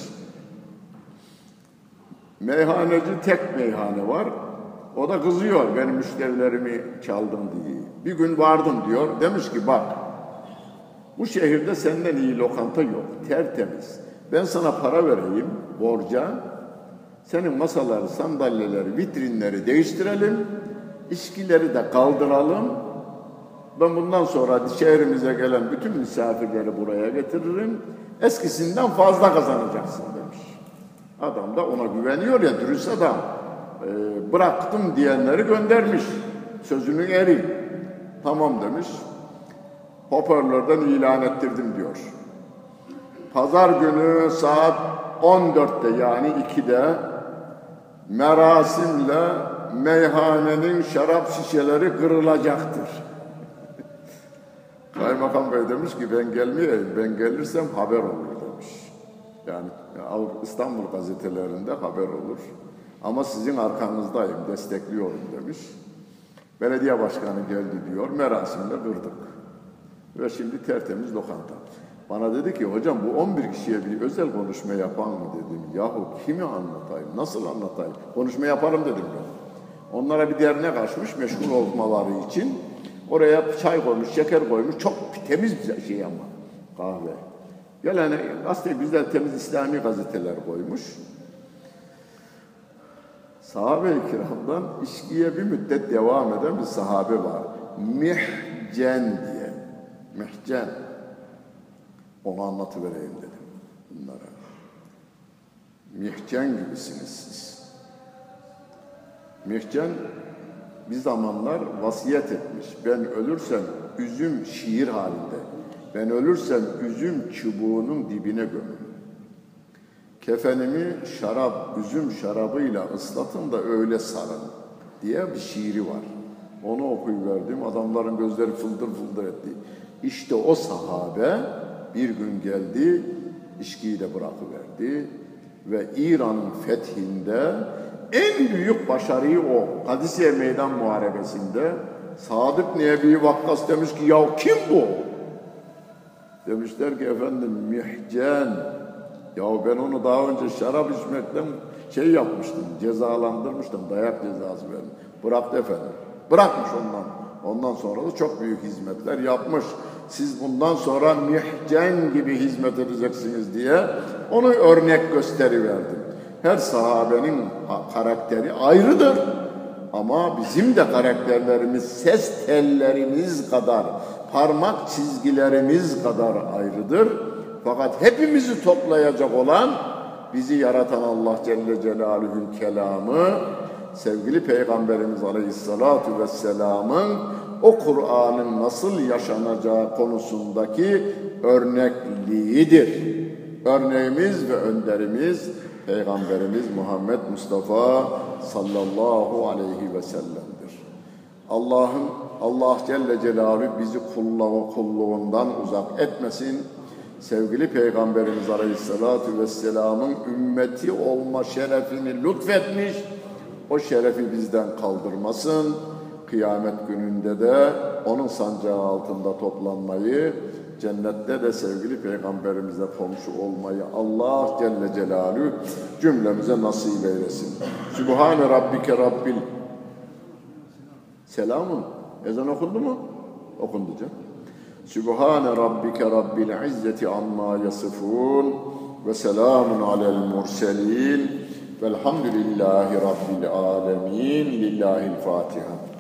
[SPEAKER 1] Meyhaneci tek meyhane var. O da kızıyor, benim müşterilerimi çaldın diye. Bir gün vardım diyor, demiş ki bak, bu şehirde senden iyi lokanta yok, tertemiz. Ben sana para vereyim, borca. Senin masaları, sandalyeleri, vitrinleri değiştirelim. İçkileri de kaldıralım. Ben bundan sonra şehrimize gelen bütün misafirleri buraya getiririm. Eskisinden fazla kazanacaksın demiş. Adam da ona güveniyor ya, dürüst adam. Bıraktım diyenleri göndermiş. Sözünün eri. Tamam demiş. Hoparlörden ilan ettirdim diyor. Pazar günü saat 14'te yani 2'de merasimle meyhanenin şarap şişeleri kırılacaktır. Kaymakam Bey demiş ki ben gelmeyeyim, ben gelirsem haber olur demiş. Yani İstanbul gazetelerinde haber olur. Ama sizin arkanızdayım, destekliyorum demiş. Belediye başkanı geldi diyor, merasimle kırdık. Ve şimdi tertemiz lokanta. Bana dedi ki hocam bu 11 kişiye bir özel konuşma yapan mı dedim. Yahu kimi anlatayım, nasıl anlatayım? Konuşma yaparım dedim ben. Onlara bir dernek açmış meşgul olmaları için. Oraya çay koymuş, şeker koymuş. Çok temiz bir şey ama kahve. Yani aslında güzel temiz İslami gazeteler koymuş. Sahabe-i kiramdan içkiye bir müddet devam eden bir sahabe var. Mihcen diye. Mihcen. Onu anlatıvereyim dedim bunlara. Mihcen gibisiniz siz. Mihcen bir zamanlar vasiyet etmiş. Ben ölürsem üzüm şiir halinde. Ben ölürsem üzüm çubuğunun dibine gömün. Kefenimi üzüm şarabıyla ıslatın da öyle sarın diye bir şiiri var. Onu okuyuverdim. Adamların gözleri fıldır fıldır etti. İşte o sahabe bir gün geldi, içkiyi de bırakıverdi ve İran'ın fethinde en büyük başarıyı o. Kadisiye Meydan Muharebesi'nde Sa'd ibn Ebi Vakkas demiş ki ya kim bu? Demişler ki efendim Mihcen. Ya ben onu daha önce şarap içmekten yapmıştım, cezalandırmıştım, dayak cezası verdim. Bıraktı efendim. Bırakmış ondan. Ondan sonra da çok büyük hizmetler yapmış. Siz bundan sonra Mihcen gibi hizmet edeceksiniz diye onu örnek gösteriverdim. Her sahabenin karakteri ayrıdır. Ama bizim de karakterlerimiz ses tellerimiz kadar, parmak çizgilerimiz kadar ayrıdır. Fakat hepimizi toplayacak olan bizi yaratan Allah Celle Celaluhu'nun kelamı, sevgili Peygamberimiz Aleyhissalatu Vesselam'ın o Kur'an'ın nasıl yaşanacağı konusundaki örnekliğidir. Örneğimiz ve önderimiz Peygamberimiz Muhammed Mustafa sallallahu aleyhi ve sellem'dir. Allah Celle Celaluhu bizi kulluğundan uzak etmesin. Sevgili Peygamberimiz Aleyhissalatu Vesselam'ın ümmeti olma şerefini lütfetmiş. O şerefi bizden kaldırmasın. Kıyamet gününde de onun sancağı altında toplanmayı, cennette de sevgili Peygamberimize komşu olmayı Allah Celle Celaluhu cümlemize nasip eylesin. Sübhane Rabbike Rabbil. Selamun. Ezan okundu mu? Okundu canım. Sübhane Rabbike Rabbil İzzeti amma yasifun ve selamun alel murselin velhamdülillahi Rabbil alemin. Lillahil Fatiha.